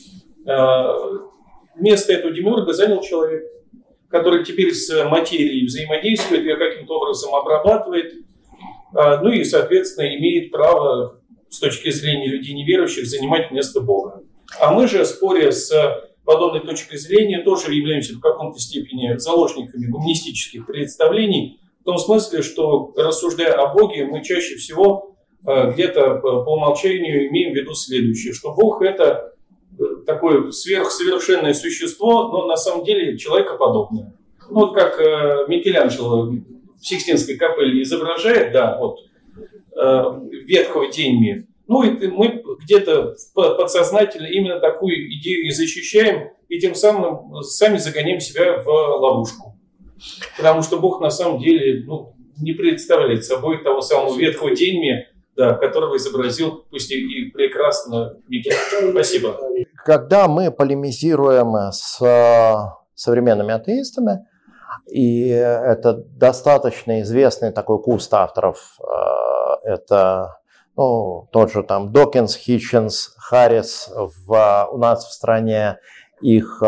место этого демиурга занял человек, который теперь с материей взаимодействует, ее каким-то образом обрабатывает, и, соответственно, имеет право, с точки зрения людей неверующих, занимать место Бога. А мы же, споря с подобной точкой зрения, тоже являемся в каком-то степени заложниками гуманистических представлений, в том смысле, что, рассуждая о Боге, мы чаще всего где-то по умолчанию имеем в виду следующее, что Бог – это такое сверхсовершенное существо, но на самом деле человекоподобное. Ну, вот как Микеланджело в Сикстинской капелле изображает, да, вот, ветхого Деньми. Ну, и мы где-то подсознательно именно такую идею и защищаем, и тем самым сами загоняем себя в ловушку. Потому что Бог на самом деле не представляет собой того самого ветхого Деньми, да, которого изобразил, пусть и прекрасно, Микеланджело. Спасибо. Когда мы полемизируем с современными атеистами, и это достаточно известный такой куст авторов, это тот же там Докинс, Хитчинс, Харрис, у нас в стране их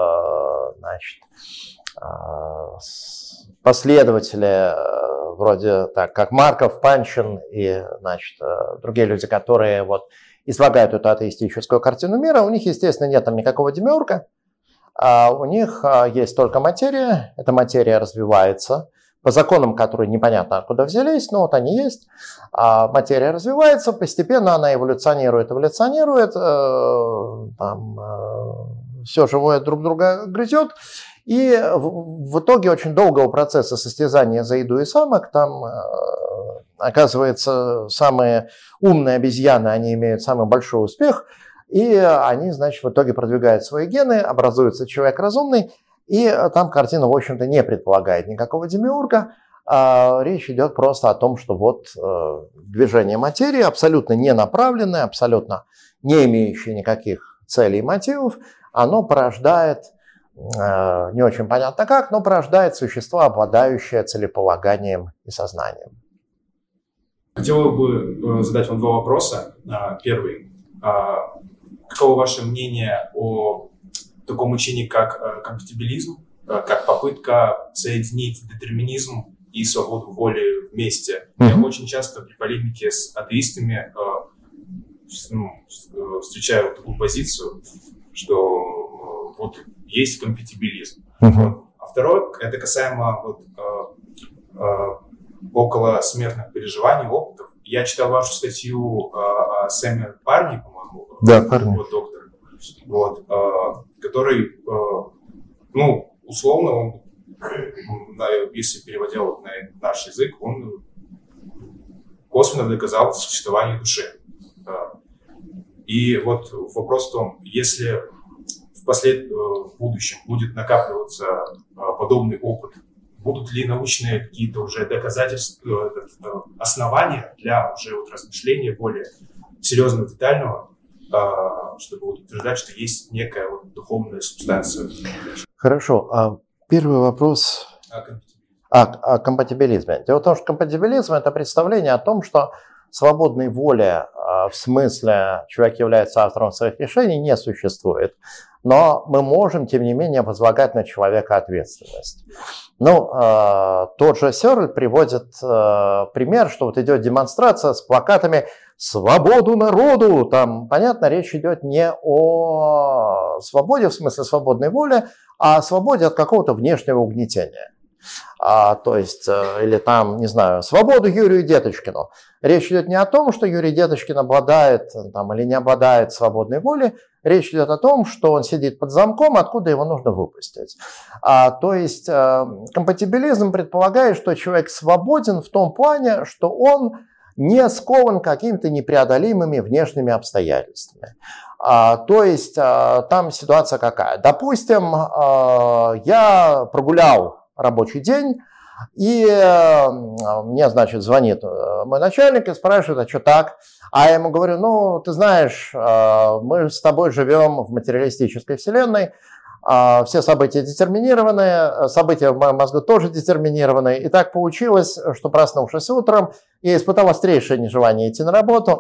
последователи, вроде так, как Марков, Панчин и другие люди, которые излагают эту атеистическую картину мира, у них, естественно, нет там никакого демиурга, а у них есть только материя, эта материя развивается по законам, которые непонятно откуда взялись, но вот они есть. Материя развивается, постепенно она эволюционирует, все живое друг друга грызет, и в итоге очень долгого процесса состязания за еду и самок, там, оказывается, самые умные обезьяны, они имеют самый большой успех, и они, в итоге продвигают свои гены, образуется человек разумный, и там картина, в общем-то, не предполагает никакого демиурга. Речь идет просто о том, что движение материи, абсолютно не направленное, абсолютно не имеющее никаких целей и мотивов, оно порождает, не очень понятно как, но порождает существо, обладающее целеполаганием и сознанием. Хотел бы задать вам два вопроса. Первый. Каково ваше мнение о таком учении, как компатибилизм, как попытка соединить детерминизм и свободу воли вместе? Я очень часто при полемике с атеистами встречаю такую позицию, что есть компатибилизм. А второе, это касаемо около смертных переживаний, опытов. Я читал вашу статью о Сэме Парни, по-моему, доктор, который, условно, он, если переводя на наш язык, он косвенно доказал существование души. И вопрос в том, если в будущем будет накапливаться подобный опыт, будут ли научные какие-то уже доказательства, основания для уже размышления более серьезного, детального, чтобы утверждать, что есть некая духовная субстанция? Хорошо. Первый вопрос о компатибилизме. Дело в том, что компатибилизм – это представление о том, что свободной воли в смысле человек является автором своих решений не существует. Но мы можем, тем не менее, возлагать на человека ответственность. Тот же Сёрль приводит пример, что идет демонстрация с плакатами «Свободу народу!». Там, понятно, речь идет не о свободе, в смысле свободной воли, а о свободе от какого-то внешнего угнетения. Или там, не знаю, свободу Юрию Деточкину. Речь идет не о том, что Юрий Деточкин обладает или не обладает свободной волей. Речь идет о том, что он сидит под замком, откуда его нужно выпустить. Компатибилизм предполагает, что человек свободен в том плане, что он не скован какими-то непреодолимыми внешними обстоятельствами. Там ситуация какая? Допустим, я прогулял рабочий день, и мне, звонит мой начальник и спрашивает, а что так? А я ему говорю, ты знаешь, мы с тобой живем в материалистической вселенной, все события детерминированы, события в моем мозгу тоже детерминированы. И так получилось, что, проснувшись утром, я испытал острейшее нежелание идти на работу.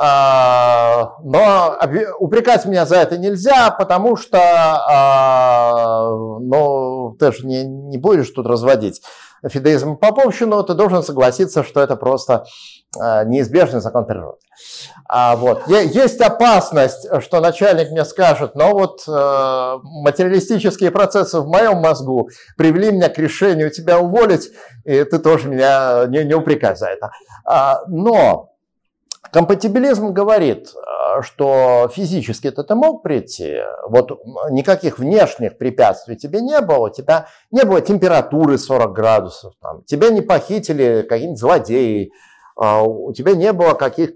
Но упрекать меня за это нельзя, потому что ты же не будешь тут разводить фидеизм и поповщину, ты должен согласиться, что это просто неизбежный закон природы. Вот. Есть опасность, что начальник мне скажет, но вот материалистические процессы в моем мозгу привели меня к решению тебя уволить, и ты тоже меня не упрекай за это. Но компатибилизм говорит, что физически ты мог прийти, вот никаких внешних препятствий тебе не было, у тебя не было температуры 40 градусов, там, тебя не похитили какие-нибудь злодеи, у тебя не было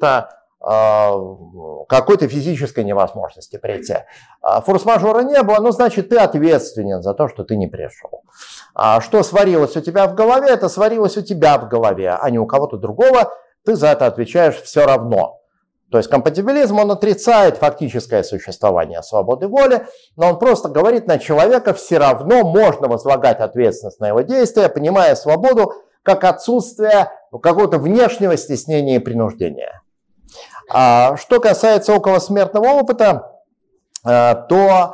какой-то физической невозможности прийти. Форс-мажора не было, ну, значит, ты ответственен за то, что ты не пришел. Что сварилось у тебя в голове, это сварилось у тебя в голове, а не у кого-то другого, ты за это отвечаешь все равно. То есть компатибилизм, он отрицает фактическое существование свободы воли, но он просто говорит, на человека все равно можно возлагать ответственность на его действия, понимая свободу как отсутствие какого-то внешнего стеснения и принуждения. Что касается околосмертного опыта, то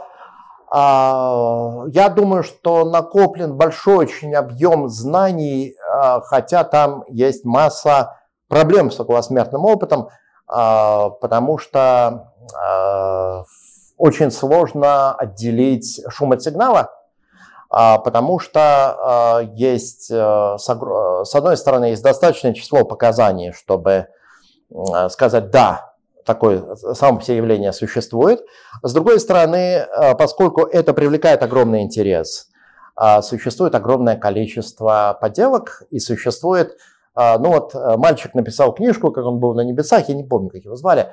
я думаю, что накоплен большой очень объем знаний, хотя там есть масса проблем с околосмертным опытом, потому что очень сложно отделить шум от сигнала, потому что есть, с одной стороны, есть достаточное число показаний, чтобы сказать «да», такое само по себе явление существует. С другой стороны, поскольку это привлекает огромный интерес, существует огромное количество подделок и существует... Ну вот мальчик написал книжку, как он был на небесах, я не помню, как его звали.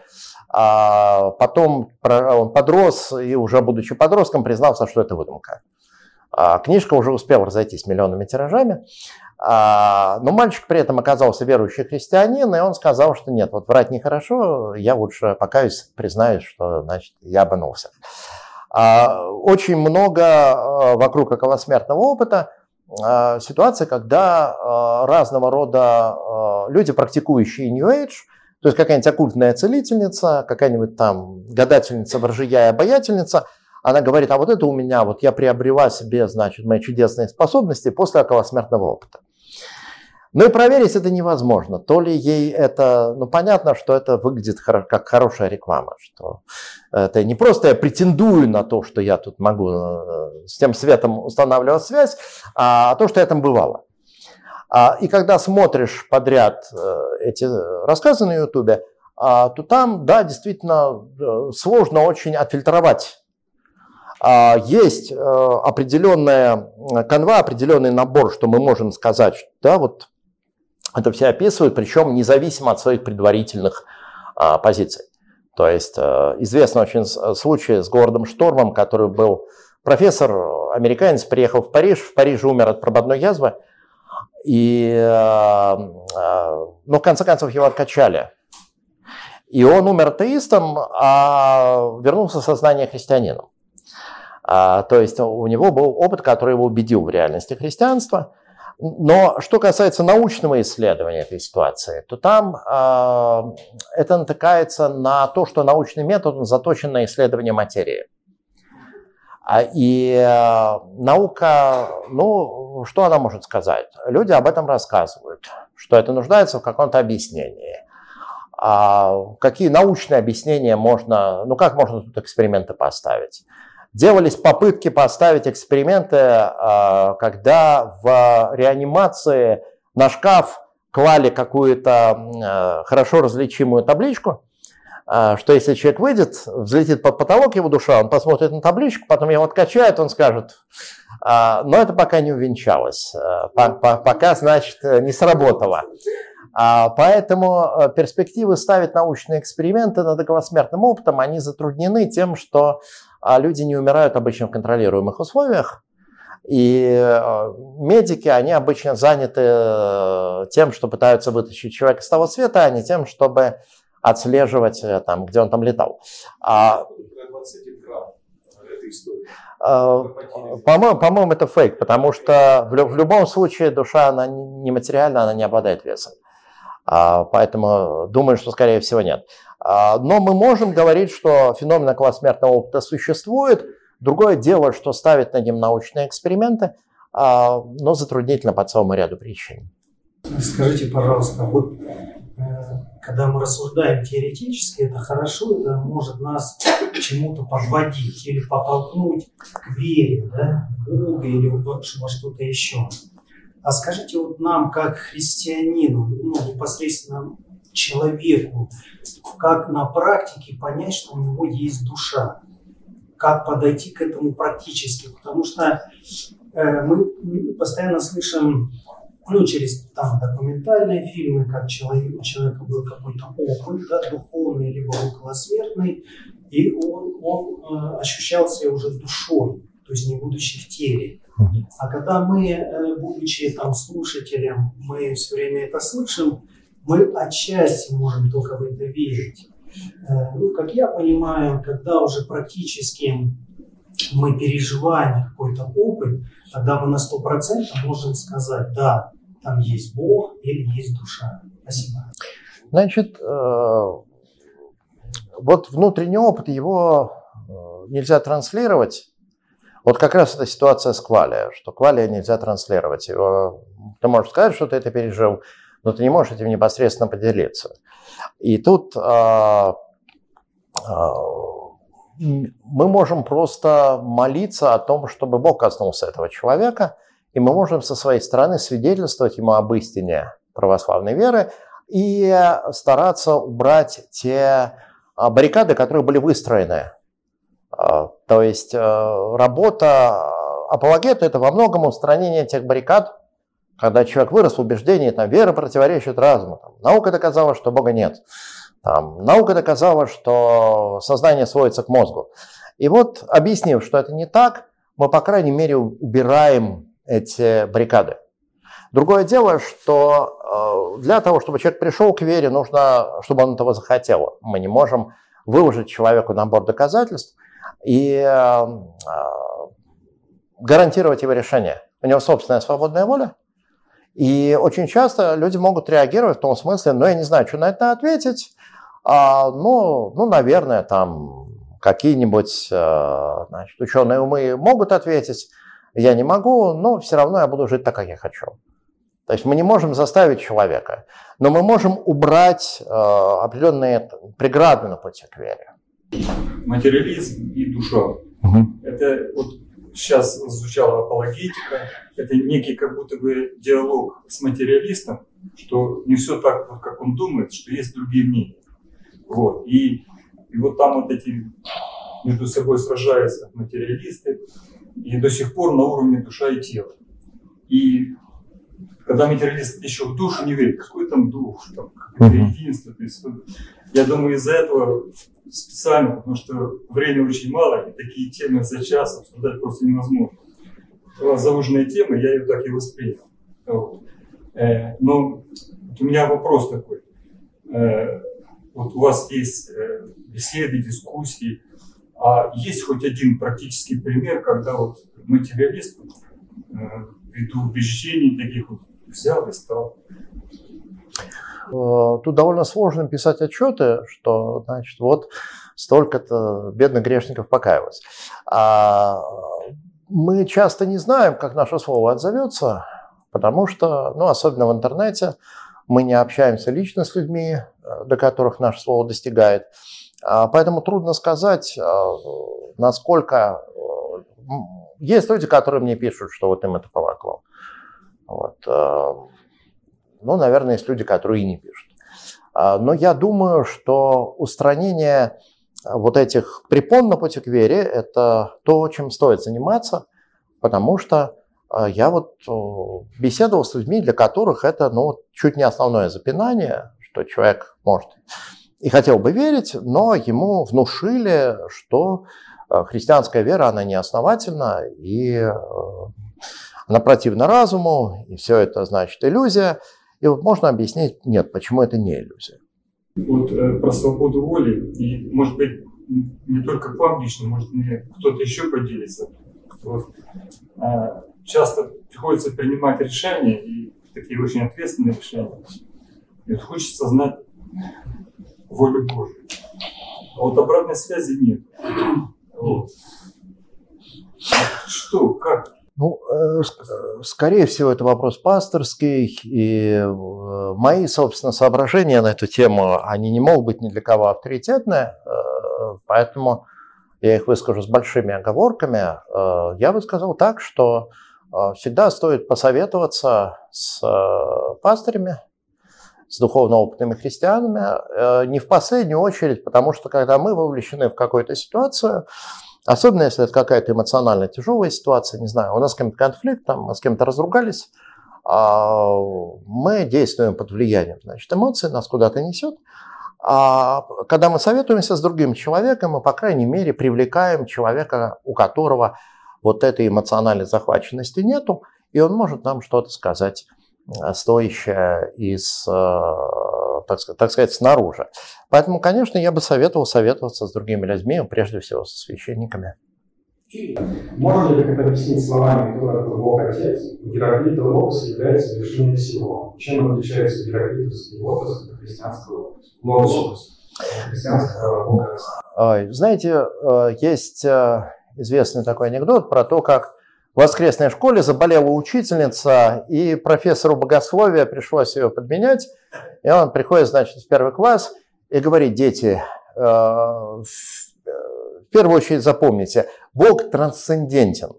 Потом он подрос и уже будучи подростком признался, что это выдумка. Книжка уже успела разойтись миллионными тиражами. Но мальчик при этом оказался верующий христианин, и он сказал, что нет, вот врать нехорошо, я лучше покаюсь, признаюсь, что значит, я обманулся. Очень много вокруг околосмертного опыта ситуации, когда разного рода люди, практикующие New Age, то есть какая-нибудь оккультная целительница, какая-нибудь там гадательница, воржия и обаятельница, она говорит, а вот это у меня, вот я приобрела себе, значит, мои чудесные способности после околосмертного опыта. Ну и проверить это невозможно. То ли ей это, ну понятно, что это выглядит как хорошая реклама, что это не просто я претендую на то, что я тут могу с тем светом устанавливать связь, а то, что я там бывала. И когда смотришь подряд эти рассказы на Ютубе, то там, да, действительно сложно очень отфильтровать. Есть определенная канва, определенный набор, что мы можем сказать, что да, вот это все описывают, причем независимо от своих предварительных позиций. То есть известный очень случай с Говардом Штормом, который был профессор, американец, приехал в Париже умер от прободной язвы, и ну, в конце концов его откачали. И он умер атеистом, а вернулся в сознание христианином. То есть у него был опыт, который его убедил в реальности христианства. Но что касается научного исследования этой ситуации, то там это натыкается на то, что научный метод заточен на исследование материи. И наука, ну, что она может сказать? Люди об этом рассказывают, что это нуждается в каком-то объяснении. Какие научные объяснения можно, ну, как можно тут эксперименты поставить? Делались попытки поставить эксперименты, когда в реанимации на шкаф клали какую-то хорошо различимую табличку, что если человек выйдет, взлетит под потолок его душа, он посмотрит на табличку, потом его откачает, он скажет, но это пока не увенчалось, пока, значит, не сработало. Поэтому перспективы ставить научные эксперименты над околосмертным опытом, они затруднены тем, что люди не умирают обычно в контролируемых условиях, и медики, они обычно заняты тем, что пытаются вытащить человека с того света, а не тем, чтобы отслеживать, там, где он там летал. 21 грамм этой истории. По-моему, это фейк, потому что в любом случае душа, она нематериальна, она не обладает весом. Поэтому думаю, что, скорее всего, нет. Но мы можем говорить, что феномен околосмертного опыта существует. Другое дело, что ставить над ним научные эксперименты. но затруднительно по целому ряду причин. Скажите, пожалуйста, вот когда мы рассуждаем теоретически, это хорошо, это может нас к чему-то подводить или подтолкнуть к вере, да, к Богу или во что-то еще. А скажите вот нам, как христианину, непосредственно человеку, как на практике понять, что у него есть душа? Как подойти к этому практически? Потому что мы постоянно слышим, через документальные фильмы, как у человека был какой-то опыт, да, духовный, либо околосмертный, и он ощущался уже душой, то есть не будучи в теле. А когда мы, будучи слушателем, мы все время это слышим, мы отчасти можем только в это верить. Как я понимаю, когда уже практически мы переживаем какой-то опыт, тогда мы на 100% можем сказать, да, там есть Бог или есть душа. Спасибо. Значит, вот внутренний опыт, его нельзя транслировать. Вот как раз эта ситуация с квалия, что квалия нельзя транслировать. Его, ты можешь сказать, что ты это пережил, но ты не можешь этим непосредственно поделиться. И тут мы можем просто молиться о том, чтобы Бог коснулся этого человека, и мы можем со своей стороны свидетельствовать ему об истине православной веры и стараться убрать те баррикады, которые были выстроены. То есть работа апологета – это во многом устранение тех баррикад, когда человек вырос в убеждении, вера противоречит разуму. Наука доказала, что Бога нет. Наука доказала, что сознание сводится к мозгу. И вот, объяснив, что это не так, мы, по крайней мере, убираем эти баррикады. Другое дело, что для того, чтобы человек пришел к вере, нужно, чтобы он этого захотел. Мы не можем выложить человеку набор доказательств и гарантировать его решение. У него собственная свободная воля. И очень часто люди могут реагировать в том смысле, я не знаю, что на это ответить, наверное, какие-нибудь ученые умы могут ответить, я не могу, но все равно я буду жить так, как я хочу. То есть мы не можем заставить человека, но мы можем убрать определенные преграды на пути к вере. Материализм и душа. Это вот сейчас звучала апологетика, это некий как будто бы диалог с материалистом, что не все так, вот, как он думает, что есть другие мнения. Вот. И вот там вот эти между собой сражаются материалисты, и до сих пор на уровне душа и тела. И когда материалист еще в душу не верит, какой там дух, какое-то единство. То есть, я думаю, из-за этого специально, потому что времени очень мало, и такие темы за час обсуждать просто невозможно. У вас зауженная тема, я ее так и воспринял. Вот. Но у меня вопрос такой. Вот у вас есть беседы, дискуссии, а есть хоть один практический пример, когда вот материалист ввиду убеждений таких вот взял и стал? Тут довольно сложно писать отчеты, что, значит, вот столько-то бедных грешников покаялось. Мы часто не знаем, как наше слово отзовется, потому что, особенно в интернете, мы не общаемся лично с людьми, до которых наше слово достигает. Поэтому трудно сказать, насколько... Есть люди, которые мне пишут, что вот им это помогло. Вот. Наверное, есть люди, которые и не пишут. Но я думаю, что устранение вот этих препон на пути к вере – это то, чем стоит заниматься, потому что я вот беседовал с людьми, для которых это чуть не основное запинание, что человек может и хотел бы верить, но ему внушили, что христианская вера, она не основательна, и она противна разуму, и все это, значит, иллюзия. И вот можно объяснить, нет, почему это не иллюзия. Вот про свободу воли, и, может быть, не только к вам лично, может, мне кто-то еще поделится. Вот. Часто приходится принимать решения, и такие очень ответственные решения. И вот хочется знать волю Божию. А вот обратной связи нет. Вот. Что, как? Ну, скорее всего, это вопрос пасторский, и мои, собственно, соображения на эту тему, они не могут быть ни для кого авторитетны, поэтому я их выскажу с большими оговорками. Я бы сказал так, что всегда стоит посоветоваться с пастырями, с духовно опытными христианами, не в последнюю очередь, потому что когда мы вовлечены в какую-то ситуацию, особенно если это какая-то эмоционально тяжелая ситуация, не знаю, у нас с кем-то конфликт, там, мы с кем-то разругались, мы действуем под влиянием, значит, эмоций, нас куда-то несет. А когда мы советуемся с другим человеком, мы, по крайней мере, привлекаем человека, у которого вот этой эмоциональной захваченности нету, и он может нам что-то сказать стоящее из, так сказать, снаружи. Поэтому, конечно, я бы советовал советоваться с другими людьми, прежде всего со священниками. Можно ли это объяснить словами, кто такой Бог Отец? Гераклит логос является вершиной всего. Чем отличается гераклитовский логос от христианского логоса? Знаете, есть известный такой анекдот про то, как в воскресной школе заболела учительница, и профессору богословия пришлось ее подменять. И он приходит, значит, в первый класс и говорит: дети, в первую очередь запомните, Бог трансцендентен.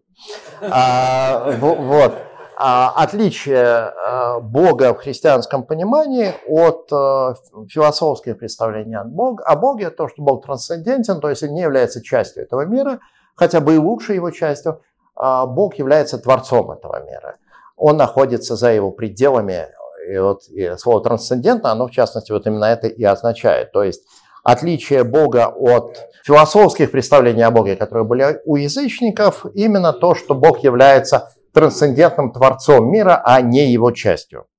Отличие Бога в христианском понимании от философских представлений о Боге, то, что Бог трансцендентен, то есть он не является частью этого мира, хотя бы и лучшей его частью. Бог является творцом этого мира. Он находится за его пределами. И слово трансцендентно, оно в частности вот именно это и означает. То есть отличие Бога от философских представлений о Боге, которые были у язычников, именно то, что Бог является трансцендентным творцом мира, а не его частью.